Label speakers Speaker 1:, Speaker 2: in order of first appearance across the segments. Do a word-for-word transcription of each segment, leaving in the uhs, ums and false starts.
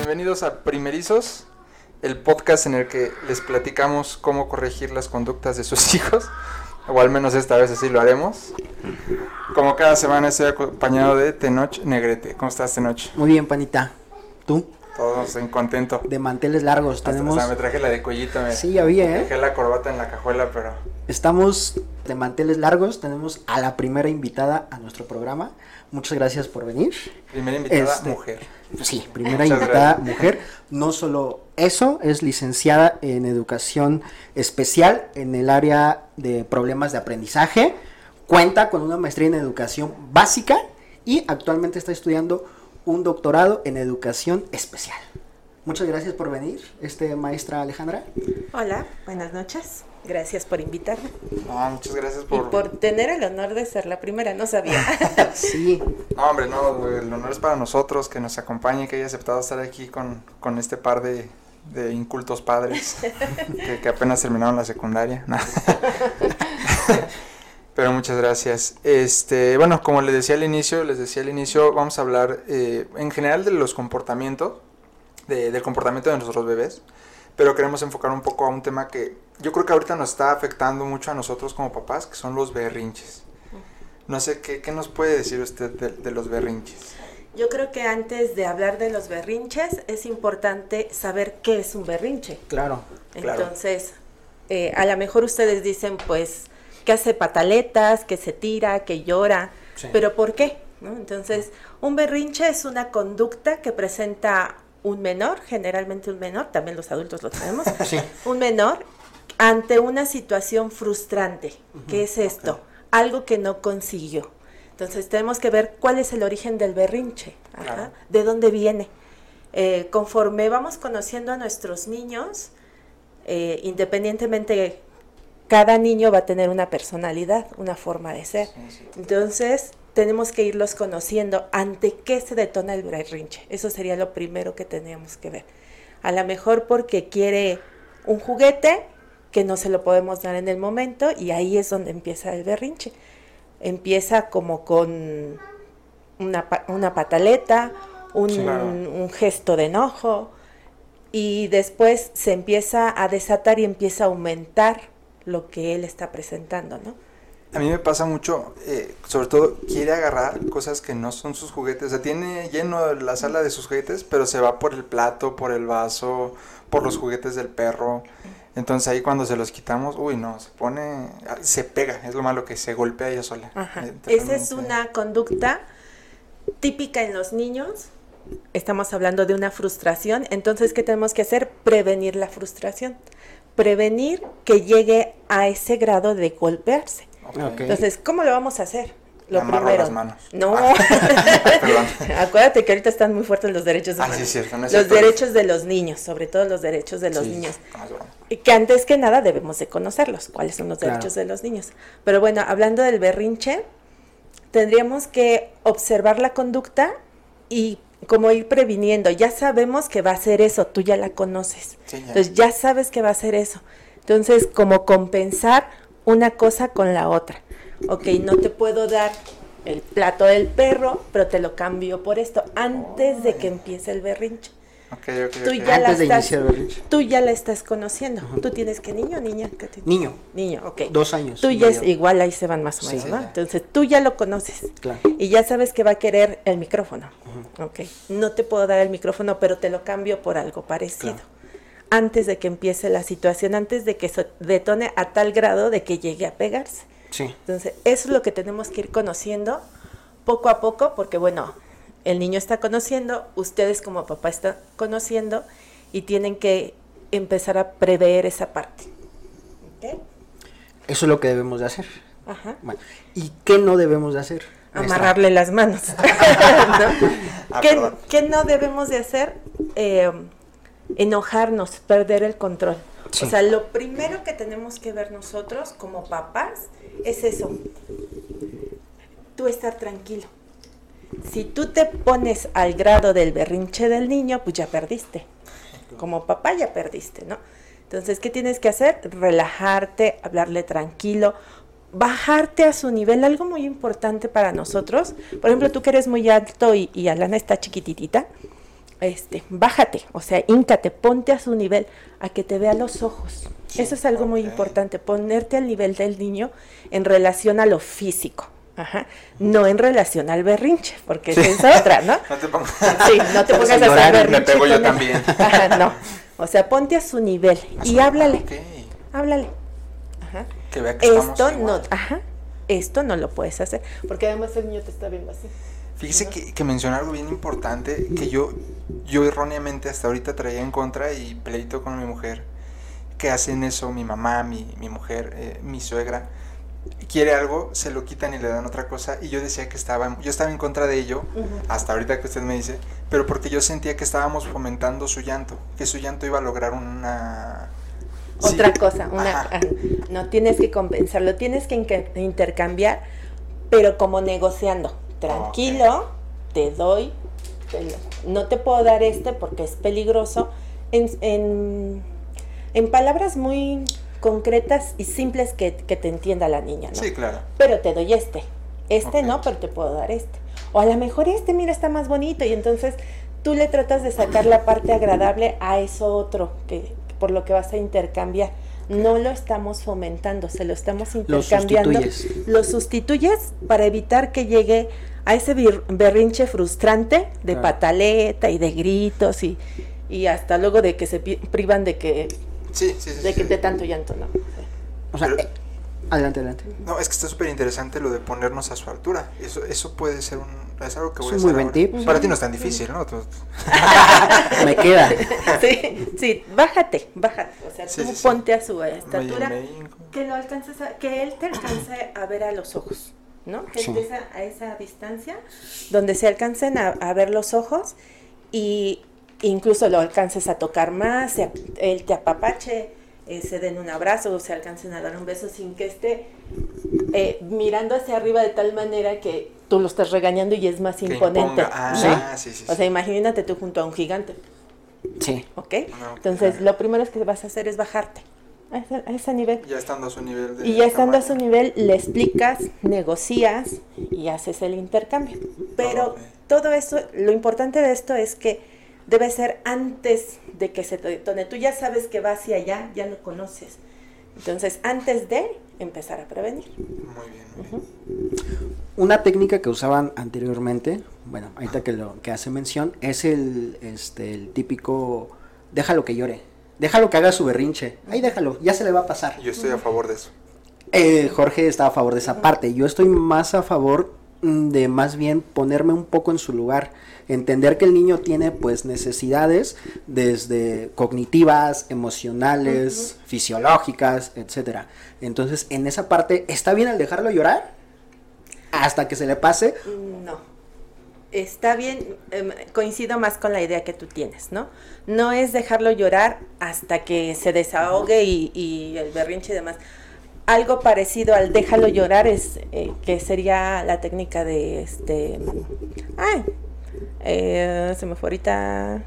Speaker 1: bienvenidos a Primerizos, el podcast en el que les platicamos cómo corregir las conductas de sus hijos, o al menos esta vez así lo haremos. Como cada semana estoy acompañado de Tenoch Negrete. ¿Cómo estás, Tenoch?
Speaker 2: Muy bien, panita. ¿Tú?
Speaker 1: Todos en contento.
Speaker 2: De manteles largos,
Speaker 1: Hasta,
Speaker 2: tenemos...
Speaker 1: O sea, me traje la de cuellito. Me,
Speaker 2: sí, ya vi, ¿eh?
Speaker 1: Dejé la corbata en la cajuela, pero...
Speaker 2: Estamos de manteles largos, tenemos a la primera invitada a nuestro programa. Muchas gracias por venir.
Speaker 1: Primera invitada
Speaker 2: este,
Speaker 1: mujer.
Speaker 2: Sí, primera invitada
Speaker 1: gracias.
Speaker 2: mujer. No solo eso, es licenciada en educación especial en el área de problemas de aprendizaje. Cuenta con una maestría en educación básica y actualmente está estudiando un doctorado en educación especial. Muchas gracias por venir, este maestra Alejandra.
Speaker 3: Hola, buenas noches. Gracias por invitarme.
Speaker 1: No, muchas gracias por...
Speaker 3: Y por tener el honor de ser la primera, no sabía.
Speaker 2: Sí.
Speaker 1: No, hombre, no, el honor es para nosotros, que nos acompañe, que haya aceptado estar aquí con, con este par de, de incultos padres que, que apenas terminaron la secundaria. Pero muchas gracias. Este, bueno, como les decía al inicio, les decía al inicio, vamos a hablar eh, en general de los comportamientos, de, del comportamiento de nuestros bebés, pero queremos enfocar un poco a un tema que yo creo que ahorita nos está afectando mucho a nosotros como papás, que son los berrinches. No sé, ¿qué, qué nos puede decir usted de, de los berrinches?
Speaker 3: Yo creo que antes de hablar de los berrinches, es importante saber qué es un berrinche.
Speaker 2: Claro.
Speaker 3: Entonces, eh, a lo mejor ustedes dicen, pues, que hace pataletas, que se tira, que llora, sí. ¿Pero por qué? ¿No? Entonces, un berrinche es una conducta que presenta un menor, generalmente un menor, también los adultos lo sabemos, sí. Un menor ante una situación frustrante. Uh-huh. ¿Qué es esto? Okay. Algo que no consiguió. Entonces, tenemos que ver cuál es el origen del berrinche, ajá, claro. De dónde viene. Eh, conforme vamos conociendo a nuestros niños, eh, independientemente, cada niño va a tener una personalidad, una forma de ser. Sí, sí. Entonces, tenemos que irlos conociendo ante qué se detona el berrinche. Eso sería lo primero que tenemos que ver. A lo mejor porque quiere un juguete que no se lo podemos dar en el momento y ahí es donde empieza el berrinche. Empieza como con una, una pataleta, un, sí, claro. un gesto de enojo y después se empieza a desatar y empieza a aumentar lo que él está presentando, ¿no?
Speaker 1: A mí me pasa mucho, eh, sobre todo quiere agarrar cosas que no son sus juguetes, o sea, tiene lleno la sala de sus juguetes, pero se va por el plato, por el vaso, por los juguetes del perro. Entonces ahí cuando se los quitamos, uy no, se pone, se pega, es lo malo que se golpea ella sola.
Speaker 3: Ajá. Esa es una conducta típica en los niños. Estamos hablando de una frustración, entonces ¿qué tenemos que hacer? Prevenir la frustración, prevenir que llegue a ese grado de golpearse. Okay. Entonces, ¿cómo lo vamos a hacer? Lo
Speaker 1: Me
Speaker 3: primero.
Speaker 1: Las manos.
Speaker 3: No.
Speaker 1: Ah.
Speaker 3: Acuérdate que ahorita están muy fuertes los derechos humanos.
Speaker 1: Ah, sí, es cierto, no es
Speaker 3: los
Speaker 1: cierto.
Speaker 3: derechos de los niños, sobre todo los derechos de los sí, niños. Y que antes que nada debemos de conocerlos, cuáles son los claro. derechos de los niños. Pero bueno, hablando del berrinche, tendríamos que observar la conducta y como ir previniendo. Ya sabemos que va a hacer eso, tú ya la conoces. Sí, ya. Entonces ya sabes que va a hacer eso. Entonces, como compensar una cosa con la otra. Ok, no te puedo dar el plato del perro, pero te lo cambio por esto, antes oh, de que empiece el berrinche.
Speaker 1: Okay, okay,
Speaker 3: tú,
Speaker 1: okay.
Speaker 3: Ya
Speaker 2: antes
Speaker 3: la
Speaker 2: de
Speaker 3: estás,
Speaker 2: iniciar el berrinche.
Speaker 3: Tú ya la estás conociendo. Uh-huh. ¿Tú tienes qué, niño o niña? ¿Qué tienes?
Speaker 2: Niño.
Speaker 3: Niño, ok.
Speaker 2: Dos años.
Speaker 3: Tú ya es, igual ahí se van más o menos, sí, ¿no? Sí, entonces, tú ya lo conoces.
Speaker 2: Claro.
Speaker 3: Y ya sabes que va a querer el micrófono. Uh-huh. Ok. No te puedo dar el micrófono, pero te lo cambio por algo parecido. Claro. Antes de que empiece la situación, antes de que se detone a tal grado de que llegue a pegarse.
Speaker 2: Sí.
Speaker 3: Entonces, eso es lo que tenemos que ir conociendo poco a poco, porque bueno, el niño está conociendo, ustedes como papá están conociendo y tienen que empezar a prever esa parte. ¿Okay?
Speaker 2: Eso es lo que debemos de hacer.
Speaker 3: Ajá.
Speaker 2: Bueno, ¿y qué no debemos de hacer?
Speaker 3: Amarrarle las manos. ¿No?
Speaker 1: Ah,
Speaker 3: ¿Qué, ¿Qué no debemos de hacer? Eh, enojarnos, perder el control. Sí. O sea, lo primero que tenemos que ver nosotros como papás es eso. Tú estar tranquilo. Si tú te pones al grado del berrinche del niño, pues ya perdiste. Como papá ya perdiste, ¿no? Entonces, ¿qué tienes que hacer? Relajarte, hablarle tranquilo, bajarte a su nivel. Algo muy importante para nosotros, por ejemplo, tú que eres muy alto y, y Alana está chiquititita, este, bájate, o sea, híncate, ponte a su nivel, a que te vea los ojos. Sí, eso es algo okay. muy importante, ponerte al nivel del niño en relación a lo físico. Ajá. No en relación al berrinche, porque sí. esa es otra, ¿no?
Speaker 1: No te pongas,
Speaker 3: sí, no te pongas a hacer berrinche.
Speaker 1: Me pego yo también.
Speaker 3: Ajá, no. O sea, ponte a su nivel a y su... háblale. Okay. Háblale. Ajá.
Speaker 1: Que vea que
Speaker 3: esto
Speaker 1: estamos
Speaker 3: no, ajá. Esto no lo puedes hacer, porque además el niño te está viendo así.
Speaker 1: Fíjese
Speaker 3: ¿no?
Speaker 1: que, que menciona algo bien importante que yo, yo erróneamente hasta ahorita traía en contra y pleito con mi mujer, que hacen eso mi mamá, mi, mi mujer, eh, mi suegra. Quiere algo, se lo quitan y le dan otra cosa, y yo decía que estaba, yo estaba en contra de ello, uh-huh. hasta ahorita que usted me dice, pero porque yo sentía que estábamos fomentando su llanto, que su llanto iba a lograr una...
Speaker 3: Otra sí. cosa, una, no tienes que compensarlo, tienes que inter- intercambiar, pero como negociando, tranquilo, okay. te doy, te lo, no te puedo dar este porque es peligroso, en, en, en palabras muy... concretas y simples que, que te entienda la niña, ¿no?
Speaker 1: Sí, claro.
Speaker 3: Pero te doy este, este okay. no, pero te puedo dar este. O a lo mejor este, mira, está más bonito, y entonces tú le tratas de sacar la parte agradable a eso otro, que por lo que vas a intercambiar. No lo estamos fomentando, se lo estamos intercambiando.
Speaker 2: Lo sustituyes.
Speaker 3: Lo sustituyes para evitar que llegue a ese berrinche frustrante de claro. pataleta y de gritos y, y hasta luego de que se privan de que
Speaker 1: Sí, sí, sí.
Speaker 3: De que
Speaker 1: sí.
Speaker 3: de tanto llanto, ¿no?
Speaker 2: O sea, eh, adelante, adelante.
Speaker 1: No, es que está súper interesante lo de ponernos a su altura. Eso eso puede ser un... Es algo que voy
Speaker 2: es
Speaker 1: a hacer
Speaker 2: muy buen tip.
Speaker 1: Para ti no es tan difícil, ¿no? Tú...
Speaker 2: Me queda.
Speaker 3: Sí, sí, bájate, bájate. O sea,
Speaker 1: sí,
Speaker 3: tú
Speaker 1: sí,
Speaker 3: ponte
Speaker 1: sí.
Speaker 3: a su estatura,
Speaker 1: me, me...
Speaker 3: que lo alcances a, que él te alcance a ver a los ojos, ¿no? Que sí. estés a, a esa distancia donde se alcancen a, a ver los ojos y... incluso lo alcances a tocar más, se, él te apapache, eh, se den un abrazo o se alcancen a dar un beso sin que esté eh, mirando hacia arriba de tal manera que tú lo estás regañando y es más que imponente.
Speaker 1: Ah, ¿sí? Sí, sí,
Speaker 3: o sea,
Speaker 1: sí.
Speaker 3: imagínate tú junto a un gigante.
Speaker 2: Sí.
Speaker 3: ¿Ok?
Speaker 1: No,
Speaker 3: Entonces,
Speaker 1: claro.
Speaker 3: lo primero que vas a hacer es bajarte a ese, a ese nivel.
Speaker 1: Ya estando a su nivel. De
Speaker 3: y ya estando
Speaker 1: tamaño.
Speaker 3: a su nivel, le explicas, negocias y haces el intercambio. Pero
Speaker 1: okay.
Speaker 3: todo eso, lo importante de esto es que debe ser antes de que se detone. Tú ya sabes que va hacia allá, ya lo conoces. Entonces, antes de empezar a prevenir.
Speaker 1: Muy bien. Muy
Speaker 3: uh-huh.
Speaker 1: bien.
Speaker 2: Una técnica que usaban anteriormente, bueno, ahorita que lo que hace mención, es el, este, el típico, déjalo que llore, déjalo que haga su berrinche, ahí déjalo, ya se le va a pasar.
Speaker 1: Yo estoy uh-huh. a favor de eso.
Speaker 2: Eh, Jorge está a favor de esa uh-huh. parte, yo estoy más a favor de más bien ponerme un poco en su lugar, entender que el niño tiene pues necesidades desde cognitivas, emocionales, uh-huh. fisiológicas, etcétera. Entonces, en esa parte, ¿está bien el dejarlo llorar hasta que se le pase?
Speaker 3: No. Está bien, eh, coincido más con la idea que tú tienes, ¿no? No es dejarlo llorar hasta que se desahogue y, y el berrinche y demás. Algo parecido al déjalo llorar es eh, que sería la técnica de este ay eh, se me fue ahorita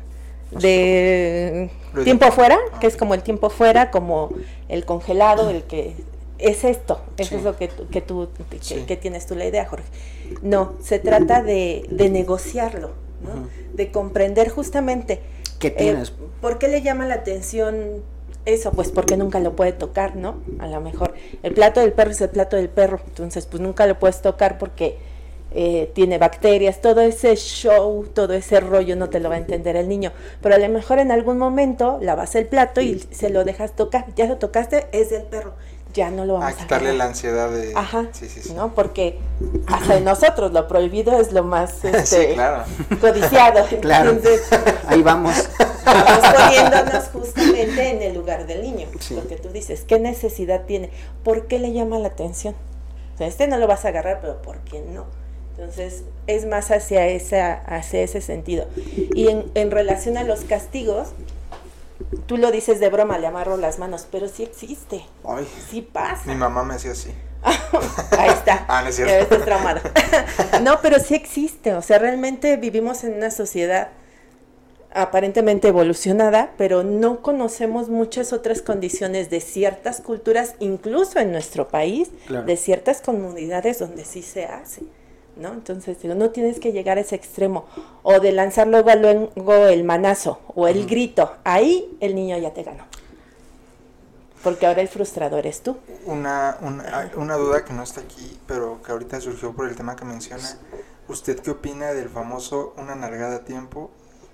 Speaker 3: de tiempo fuera, que es como el tiempo fuera, como el congelado, el que es esto, eso sí. es lo que, que tú que, sí. que tienes tú la idea, Jorge. No, se trata de, de negociarlo, ¿no? Uh-huh. De comprender justamente
Speaker 2: ¿qué tienes?
Speaker 3: Eh, ¿por qué le llama la atención eso? Pues porque nunca lo puede tocar, ¿no? A lo mejor el plato del perro es el plato del perro, entonces pues nunca lo puedes tocar porque eh, tiene bacterias, todo ese show, todo ese rollo no te lo va a entender el niño, pero a lo mejor en algún momento lavas el plato y se lo dejas tocar, ya lo tocaste, es del perro, ya no lo vamos a
Speaker 1: a quitarle
Speaker 3: agarrar.
Speaker 1: la ansiedad de...
Speaker 3: Ajá,
Speaker 1: sí, sí, sí.
Speaker 3: ¿no? Porque hasta de nosotros lo prohibido es lo más este,
Speaker 1: sí, claro.
Speaker 3: codiciado,
Speaker 2: claro.
Speaker 3: Entonces,
Speaker 2: ahí vamos.
Speaker 3: Vamos poniéndonos justamente en el lugar del niño,
Speaker 2: sí.
Speaker 3: Porque tú dices, ¿qué necesidad tiene? ¿Por qué le llama la atención? O sea, este no lo vas a agarrar, pero ¿por qué no? Entonces, es más hacia, esa, hacia ese sentido. Y en, en relación a los castigos, tú lo dices de broma, le amarro las manos, pero sí existe,
Speaker 1: Ay,
Speaker 3: sí pasa.
Speaker 1: Mi mamá me hacía así.
Speaker 3: Ahí está.
Speaker 1: Ah, no es cierto.
Speaker 3: Ya estás traumado. No, pero sí existe, o sea, realmente vivimos en una sociedad aparentemente evolucionada, pero no conocemos muchas otras condiciones de ciertas culturas, incluso en nuestro país,
Speaker 2: claro.
Speaker 3: de ciertas comunidades donde sí se hace, ¿no? Entonces, digo, no tienes que llegar a ese extremo, o de lanzar luego, luego el manazo, o el uh-huh. grito, ahí el niño ya te ganó. Porque ahora el frustrador eres tú.
Speaker 1: Una, una, una duda que no está aquí, pero que ahorita surgió por el tema que menciona. ¿Usted qué opina del famoso una nalgada a tiempo?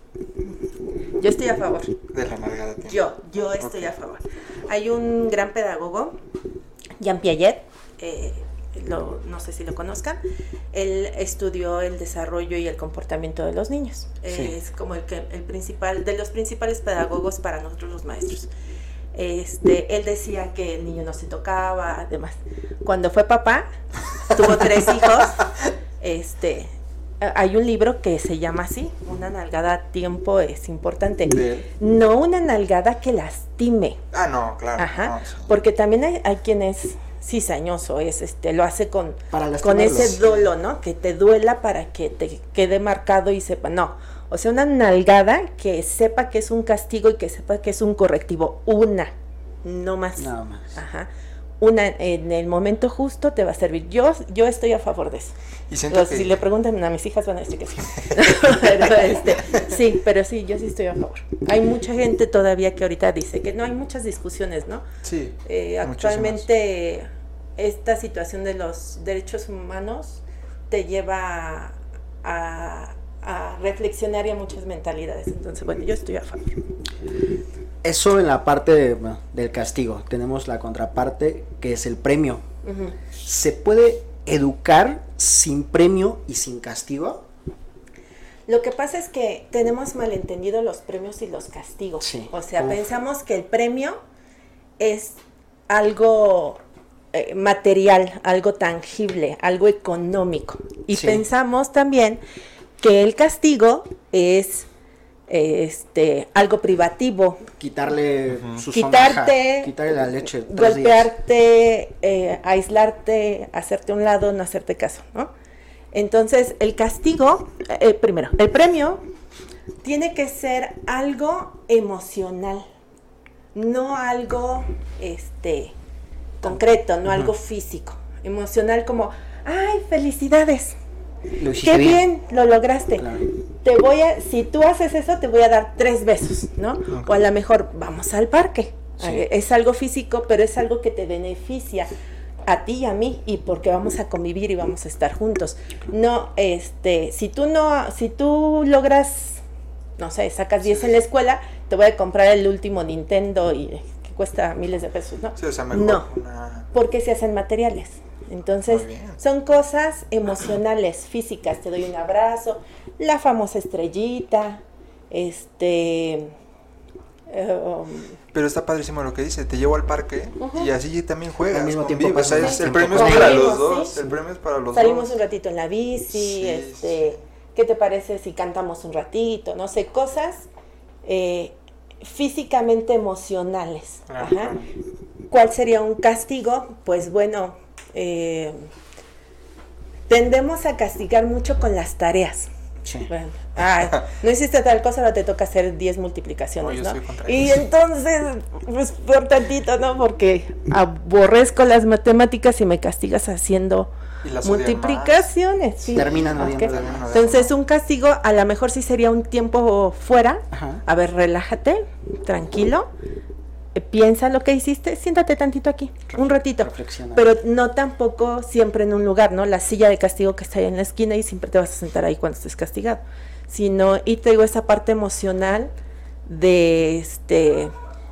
Speaker 3: Yo estoy a favor.
Speaker 1: De la nalgada a tiempo.
Speaker 3: Yo, yo estoy okay. a favor. Hay un gran pedagogo, Jean Piaget, eh, lo, no sé si lo conozcan. Él estudió el desarrollo y el comportamiento de los niños. Sí. Es como el, que, el principal, de los principales pedagogos para nosotros los maestros. Este, él decía que el niño no se tocaba, además. Cuando fue papá, tuvo tres hijos. Este, hay un libro que se llama así, una nalgada a tiempo es importante. No una nalgada que lastime.
Speaker 1: Ah, no, claro.
Speaker 3: Ajá,
Speaker 1: no, sí.
Speaker 3: Porque también hay, hay quien es cizañoso, es este, lo hace con, con ese dolo, ¿no? Que te duela para que te quede marcado y sepa, no. O sea, una nalgada que sepa que es un castigo y que sepa que es un correctivo. Una, no más.
Speaker 2: Nada más.
Speaker 3: Ajá. Una en el momento justo te va a servir. Yo, yo estoy a favor de eso.
Speaker 1: Y siento
Speaker 3: Los,
Speaker 1: que...
Speaker 3: Si le preguntan a mis hijas van a decir que sí. pero, este, sí, pero sí, yo sí estoy a favor. Hay mucha gente todavía que ahorita dice que no, hay muchas discusiones, ¿no?
Speaker 1: Sí.
Speaker 3: Eh, actualmente esta situación de los derechos humanos te lleva a, a reflexionar y a muchas mentalidades. Entonces, bueno, yo estoy a favor.
Speaker 2: Eso en la parte de, bueno, del castigo. Tenemos la contraparte que es el premio. Uh-huh. ¿Se puede educar sin premio y sin castigo?
Speaker 3: Lo que pasa es que tenemos malentendido los premios y los castigos.
Speaker 2: Sí.
Speaker 3: O sea,
Speaker 2: Uf.
Speaker 3: pensamos que el premio es algo eh, material, algo tangible, algo económico. Y sí. pensamos también que el castigo es este algo privativo,
Speaker 2: quitarle uh-huh. su
Speaker 3: quitarte,
Speaker 2: sonaja, quitarle la leche,
Speaker 3: golpearte, eh, aislarte, hacerte a un lado, no hacerte caso, ¿no? Entonces el castigo, eh, primero, el premio tiene que ser algo emocional, no algo este concreto, no uh-huh. algo físico, emocional como, ay, felicidades. Qué bien, bien lo lograste. Claro. Te voy a, si tú haces eso, te voy a dar tres besos, ¿no? Okay. O a lo mejor vamos al parque. Sí. Es algo físico, pero es algo que te beneficia a ti y a mí, y porque vamos a convivir y vamos a estar juntos. No, este, si tú no, si tú logras, no sé, sacas diez sí. en la escuela, te voy a comprar el último Nintendo y que cuesta miles de pesos, ¿no?
Speaker 1: Sí, o sea, mejor
Speaker 3: no,
Speaker 1: una...
Speaker 3: porque se hacen materiales. Entonces, son cosas emocionales, físicas. Te doy un abrazo, la famosa estrellita, este... Um,
Speaker 1: pero está padrísimo lo que dice, te llevo al parque uh-huh. y así también juegas.
Speaker 2: Al mismo tiempo,
Speaker 1: o sea, es, el premio es
Speaker 3: Salimos,
Speaker 1: para los dos,
Speaker 3: ¿sí?
Speaker 1: el premio es para los
Speaker 3: Salimos
Speaker 1: dos.
Speaker 3: un ratito en la bici,
Speaker 1: sí,
Speaker 3: este,
Speaker 1: sí.
Speaker 3: ¿qué te parece si cantamos un ratito? No sé, cosas eh, físicamente emocionales.
Speaker 1: Ah,
Speaker 3: Ajá. ¿Cuál sería un castigo? Pues bueno... Eh, tendemos a castigar mucho con las tareas.
Speaker 2: Sí.
Speaker 3: Bueno, ay, no hiciste tal cosa, ahora te toca hacer diez multiplicaciones,
Speaker 1: no,
Speaker 3: ¿no? Y entonces, pues por tantito, ¿no? Porque aborrezco las matemáticas y me castigas haciendo multiplicaciones. Sí.
Speaker 2: Terminan
Speaker 3: okay. Entonces, un castigo a lo mejor sí sería un tiempo fuera. Ajá. A ver, relájate, tranquilo. Piensa lo que hiciste, siéntate tantito aquí, un ratito, pero no tampoco siempre en un lugar, ¿no? La silla de castigo que está ahí en la esquina y siempre te vas a sentar ahí cuando estés castigado, sino, y te digo esa parte emocional de este,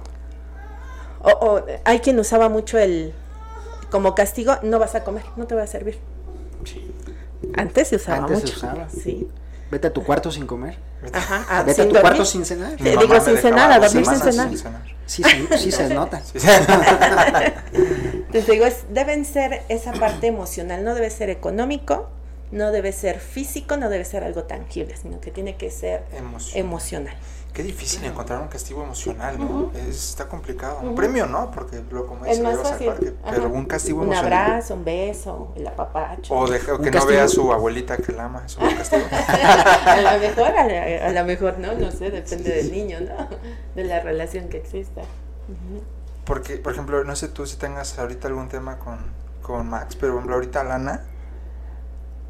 Speaker 3: o, o hay quien usaba mucho el, como castigo, no vas a comer, no te va a servir.
Speaker 2: Sí.
Speaker 3: Antes se usaba
Speaker 2: Antes
Speaker 3: mucho.
Speaker 2: se usaba.
Speaker 3: Sí.
Speaker 2: Vete a tu cuarto sin comer.
Speaker 3: Ajá. Ah,
Speaker 2: Vete a tu dormir. Cuarto sin cenar.
Speaker 3: Te digo sin cenar, a dormir sin cenar. Sin cenar.
Speaker 2: Sí, sí, sí se nota. Sí.
Speaker 3: Entonces digo, es, deben ser esa parte emocional, no debe ser económico, no debe ser físico, no debe ser algo tangible, sino que tiene que ser emocional. emocional.
Speaker 1: Qué difícil encontrar un castigo emocional, ¿no? Uh-huh. Es, está complicado. Un uh-huh. premio, ¿no? Porque lo como dice,
Speaker 3: es más fácil. Al parque,
Speaker 1: pero un castigo
Speaker 3: un
Speaker 1: emocional.
Speaker 3: Un abrazo, un beso, el apapacho.
Speaker 1: O, de, o que no vea a su abuelita que la ama, es un castigo.
Speaker 3: a lo mejor, a, a lo mejor no, no sé, depende del niño, ¿no? De la relación que exista. Uh-huh.
Speaker 1: Porque, por ejemplo, no sé tú si tengas ahorita algún tema con, con Max, pero por ejemplo, ahorita Lana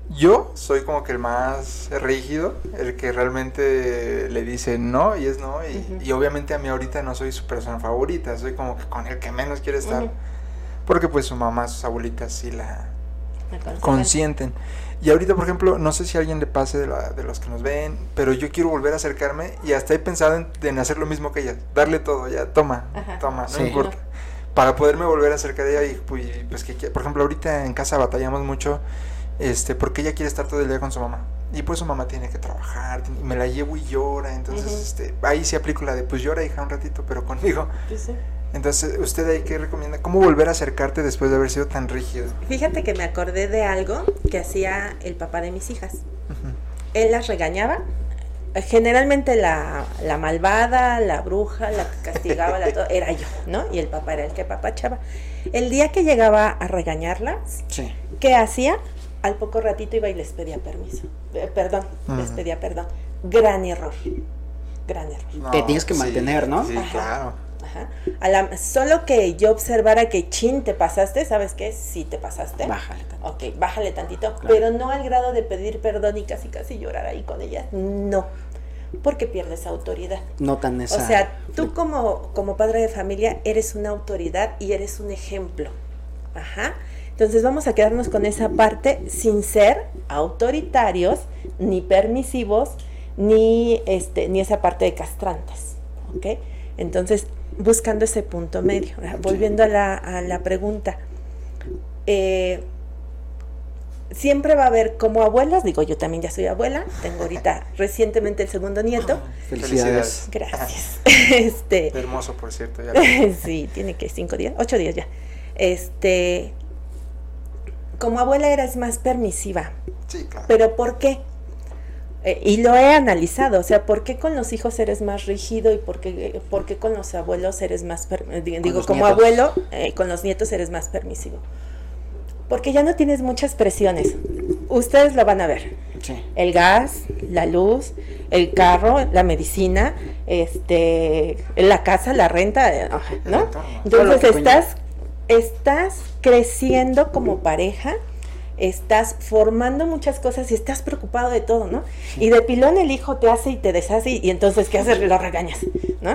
Speaker 1: Yo soy como que el más rígido, el que realmente le dice no y es no, y, uh-huh. y obviamente a mí ahorita no soy su persona favorita, soy como que con el que menos quiere estar, uh-huh. porque pues su mamá, sus abuelitas sí la, la consienten. Y ahorita, por ejemplo, no sé si a alguien le pase de, la, de los que nos ven, pero yo quiero volver a acercarme y hasta he pensado en, en hacer lo mismo que ella, darle todo, ya, toma, uh-huh. toma, no sí. importa, uh-huh. para poderme volver a acercar de ella y pues, pues que, por ejemplo, ahorita en casa batallamos mucho. Este, porque ella quiere estar todo el día con su mamá y pues su mamá tiene que trabajar y me la llevo y llora, entonces uh-huh. este, ahí sí aplico la de pues llora hija un ratito pero conmigo. Sí. Entonces, ¿usted ahí qué recomienda? ¿Cómo volver a acercarte después de haber sido tan rígido?
Speaker 3: Fíjate que me acordé de algo que hacía el papá de mis hijas. Uh-huh. Él las regañaba. Generalmente la, la malvada, la bruja, la que castigaba, la todo, era yo, ¿no? Y el papá era el que papachaba. El día que llegaba a regañarlas, sí. ¿qué hacía? Al poco ratito iba y les pedía permiso. Eh, perdón, uh-huh. les pedía perdón. Gran error. Gran error.
Speaker 2: No, te tienes que sí, mantener, ¿no?
Speaker 1: Sí, ajá, claro.
Speaker 3: Ajá. A la, solo que yo observara que chin, te pasaste, ¿sabes qué? Sí te pasaste.
Speaker 2: Bájale tantito.
Speaker 3: Ok, bájale tantito. Claro. Pero no al grado de pedir perdón y casi casi llorar ahí con ellas. No. Porque pierdes autoridad.
Speaker 2: No tan esa.
Speaker 3: O sea, tú como, como padre de familia eres una autoridad y eres un ejemplo. Ajá. Entonces vamos a quedarnos con esa parte sin ser autoritarios, ni permisivos, ni este, ni esa parte de castrantes, ¿ok? Entonces, buscando ese punto medio. Volviendo a la, a la pregunta, eh, siempre va a haber como abuelas, digo, yo también ya soy abuela, tengo ahorita recientemente el segundo nieto.
Speaker 1: Felicidades.
Speaker 3: Gracias. este,
Speaker 1: Hermoso, por cierto. Ya
Speaker 3: sí, tiene que cinco días, ocho días ya. Este... Como abuela eras más permisiva.
Speaker 1: Sí, claro.
Speaker 3: ¿Pero por qué? Eh, y lo he analizado, o sea, ¿por qué con los hijos eres más rígido y por qué, por qué con los abuelos eres más, per, digo, como nietos. abuelo, eh, con los nietos eres más permisivo? Porque ya no tienes muchas presiones. Ustedes lo van a ver.
Speaker 2: Sí.
Speaker 3: El gas, la luz, el carro, la medicina, este, la casa, la renta, ¿no? Entonces estás... Estás creciendo como pareja, estás formando muchas cosas y estás preocupado de todo, ¿no? Sí. Y de pilón el hijo te hace y te deshace y entonces, ¿qué haces? Lo regañas, ¿no?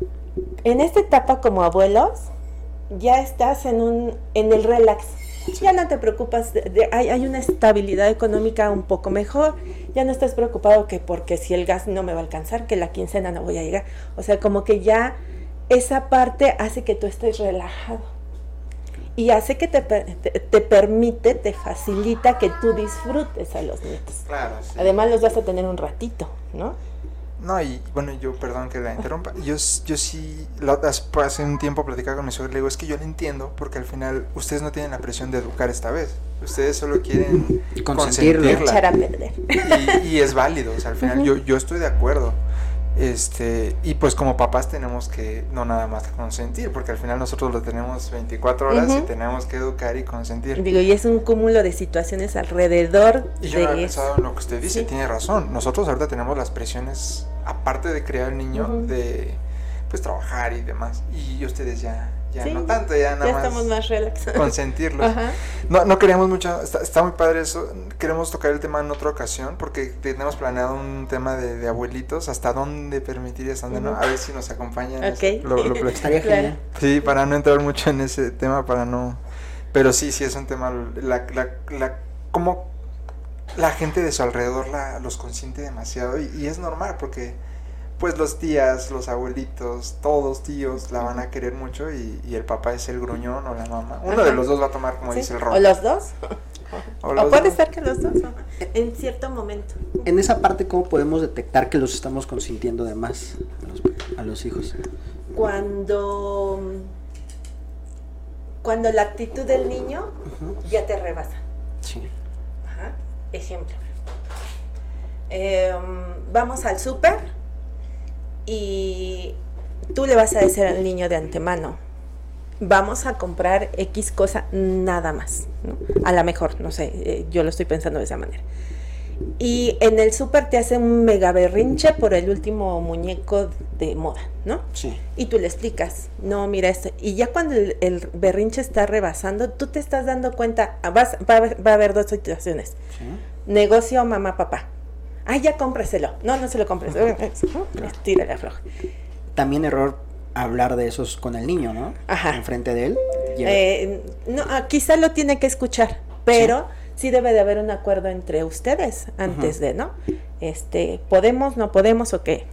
Speaker 3: En esta etapa como abuelos, ya estás en un en el relax. Ya no te preocupas, de, de, hay, hay una estabilidad económica un poco mejor, ya no estás preocupado que porque si el gas no me va a alcanzar, que la quincena no voy a llegar. O sea, como que ya esa parte hace que tú estés relajado. Y hace que te, te, te permite, te facilita que tú disfrutes a los nietos.
Speaker 1: Claro, sí.
Speaker 3: Además los vas a tener un ratito, ¿no?
Speaker 1: No, y bueno, yo, perdón que la interrumpa, yo, yo sí, la, hace un tiempo platicaba con mi suegra y le digo, es que yo lo entiendo, porque al final ustedes no tienen la presión de educar esta vez, ustedes solo quieren consentirla.
Speaker 3: Echar a perder.
Speaker 1: Y, y es válido, o sea, al final uh-huh. yo, yo estoy de acuerdo. Este, y pues como papás tenemos que no nada más consentir, porque al final nosotros lo tenemos veinticuatro horas uh-huh. y tenemos que educar y consentir.
Speaker 3: Digo, y es un cúmulo de situaciones alrededor
Speaker 1: y yo
Speaker 3: de
Speaker 1: no había pensado en lo que usted dice, sí. Tiene razón. Nosotros ahorita tenemos las presiones, aparte de criar al niño, uh-huh. de pues trabajar y demás. Y ustedes ya ya sí, no tanto, ya nada
Speaker 3: ya
Speaker 1: más
Speaker 3: estamos más relaxados.
Speaker 1: Consentirlos. Uh-huh. No, no queríamos mucho, está, está muy padre eso. Queremos tocar el tema en otra ocasión porque tenemos planeado un tema de, de abuelitos, hasta dónde permitir y hasta dónde uh-huh. no. A ver si nos acompañan.
Speaker 3: Okay.
Speaker 1: Lo, lo, lo
Speaker 2: estaría genial.
Speaker 1: Sí, para no entrar mucho en ese tema, para no. Pero sí, sí es un tema. La, la, la, como la gente de su alrededor la, los consiente demasiado y, y es normal porque pues los tías, los abuelitos, todos tíos la van a querer mucho y, y el papá es el gruñón o la mamá. Uno Ajá. de los dos va a tomar, como ¿Sí? dice el rol.
Speaker 3: O los dos. O, o puede
Speaker 1: dos.
Speaker 3: ser que los dos, en cierto momento.
Speaker 2: En esa parte, ¿cómo podemos detectar que los estamos consintiendo de más a los, a los hijos?
Speaker 3: Cuando, cuando la actitud del niño uh-huh. ya te rebasa.
Speaker 2: Sí.
Speaker 3: Ajá. Ejemplo. Eh, vamos al súper. Y tú le vas a decir al niño de antemano, vamos a comprar X cosa nada más, ¿no? A lo mejor, no sé, eh, yo lo estoy pensando de esa manera. Y en el súper te hace un mega berrinche por el último muñeco de moda, ¿no?
Speaker 2: Sí.
Speaker 3: Y tú le explicas, no, mira esto. Y ya cuando el, el berrinche está rebasando, tú te estás dando cuenta, vas, va, va a haber dos situaciones. Sí. negocio mamá, papá. Ay, ya cómpreselo. No, no se lo compres. Tírale a floja.
Speaker 2: También error hablar de esos con el niño, ¿no?
Speaker 3: Ajá.
Speaker 2: Enfrente de él.
Speaker 3: Eh, no, quizá lo tiene que escuchar, pero sí, sí debe de haber un acuerdo entre ustedes antes uh-huh. de, ¿no? Este, ¿podemos, no podemos o qué?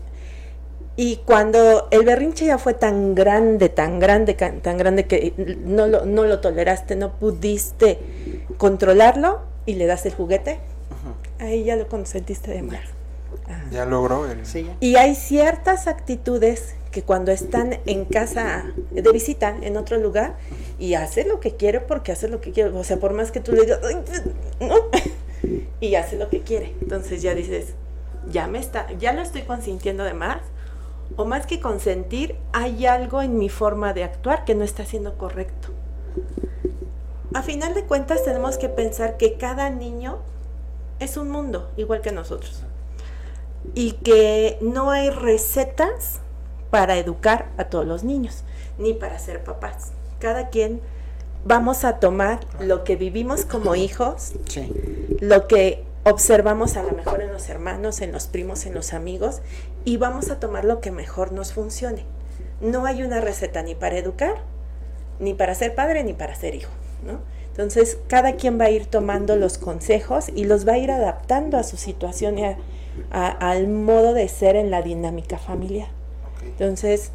Speaker 3: Y cuando el berrinche ya fue tan grande, tan grande, tan grande que no lo, no lo toleraste, no pudiste controlarlo y le das el juguete, uh-huh. ahí ya lo consentiste de más.
Speaker 1: Ah. Ya logró el...
Speaker 3: Sí, ya. Y hay ciertas actitudes que cuando están en casa de visita, en otro lugar, y hace lo que quiere porque hace lo que quiere, o sea, por más que tú le digas, no, y hace lo que quiere, entonces ya dices, ya me está, ya lo estoy consintiendo de más, o más que consentir, hay algo en mi forma de actuar que no está siendo correcto. A final de cuentas tenemos que pensar que cada niño es un mundo, igual que nosotros, y que no hay recetas para educar a todos los niños, ni para ser papás. Cada quien vamos a tomar lo que vivimos como hijos, sí. lo que observamos a lo mejor en los hermanos, en los primos, en los amigos, y vamos a tomar lo que mejor nos funcione. No hay una receta ni para educar, ni para ser padre, ni para ser hijo, ¿no? Entonces, cada quien va a ir tomando los consejos y los va a ir adaptando a su situación y a, a, al modo de ser en la dinámica familiar. Entonces,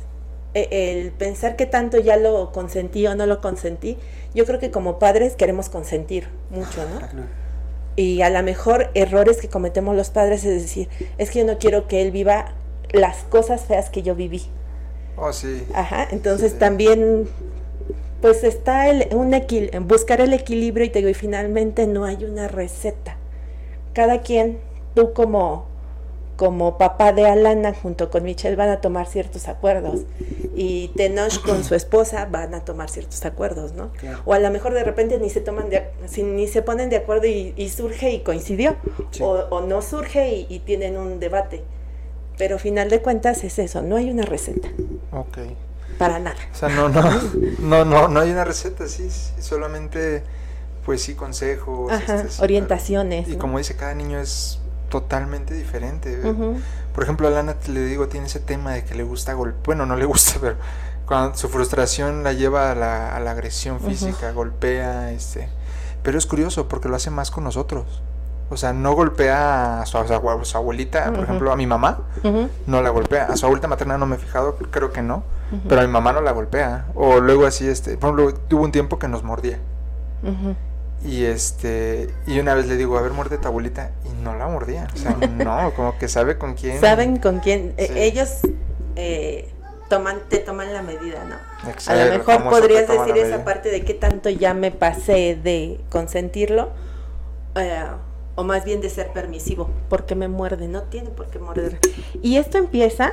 Speaker 3: el pensar que tanto ya lo consentí o no lo consentí, yo creo que como padres queremos consentir mucho, ¿no? Y a lo mejor errores que cometemos los padres es decir, es que yo no quiero que él viva las cosas feas que yo viví.
Speaker 1: Oh, sí.
Speaker 3: Ajá, entonces
Speaker 1: sí.
Speaker 3: también, pues está el, un equil- buscar el equilibrio y te digo, y finalmente no hay una receta. Cada quien, tú como... como papá de Alana junto con Michelle van a tomar ciertos acuerdos y Tenoch con su esposa van a tomar ciertos acuerdos, ¿no? Claro. O a lo mejor de repente ni se toman de, ni se ponen de acuerdo y, y surge y coincidió, sí. o, o no surge y, y tienen un debate, pero final de cuentas es eso, no hay una receta.
Speaker 1: Ok.
Speaker 3: Para nada.
Speaker 1: O sea, no, no, no, no, no hay una receta, sí, sí solamente, pues sí, consejos.
Speaker 3: Ajá,
Speaker 1: este, sí,
Speaker 3: orientaciones.
Speaker 1: Pero, y
Speaker 3: ¿no?
Speaker 1: como dice, cada niño es totalmente diferente.
Speaker 3: Uh-huh.
Speaker 1: Por ejemplo, a Lana, le digo, tiene ese tema de que le gusta golpear, bueno, no le gusta, pero cuando su frustración la lleva a la, a la agresión física, uh-huh. golpea, este, pero es curioso porque lo hace más con nosotros. O sea, no golpea a su, a su abuelita, uh-huh. por ejemplo, a mi mamá, uh-huh. no la golpea. A su abuelita materna no me he fijado, creo que no, uh-huh. pero a mi mamá no la golpea. O luego así, este, por ejemplo, tuvo un tiempo que nos mordía. Uh-huh. Y este, y una vez le digo, a ver, muerde a tu abuelita, y no la mordía, o sea, no, como que sabe con quién.
Speaker 3: Saben con quién, sí. eh, ellos eh, toman, te toman la medida, ¿no? Exacto, a lo mejor podrías decir esa parte de qué tanto ya me pasé de consentirlo, eh, o más bien de ser permisivo, porque me muerde, no tiene por qué morder. Y esto empieza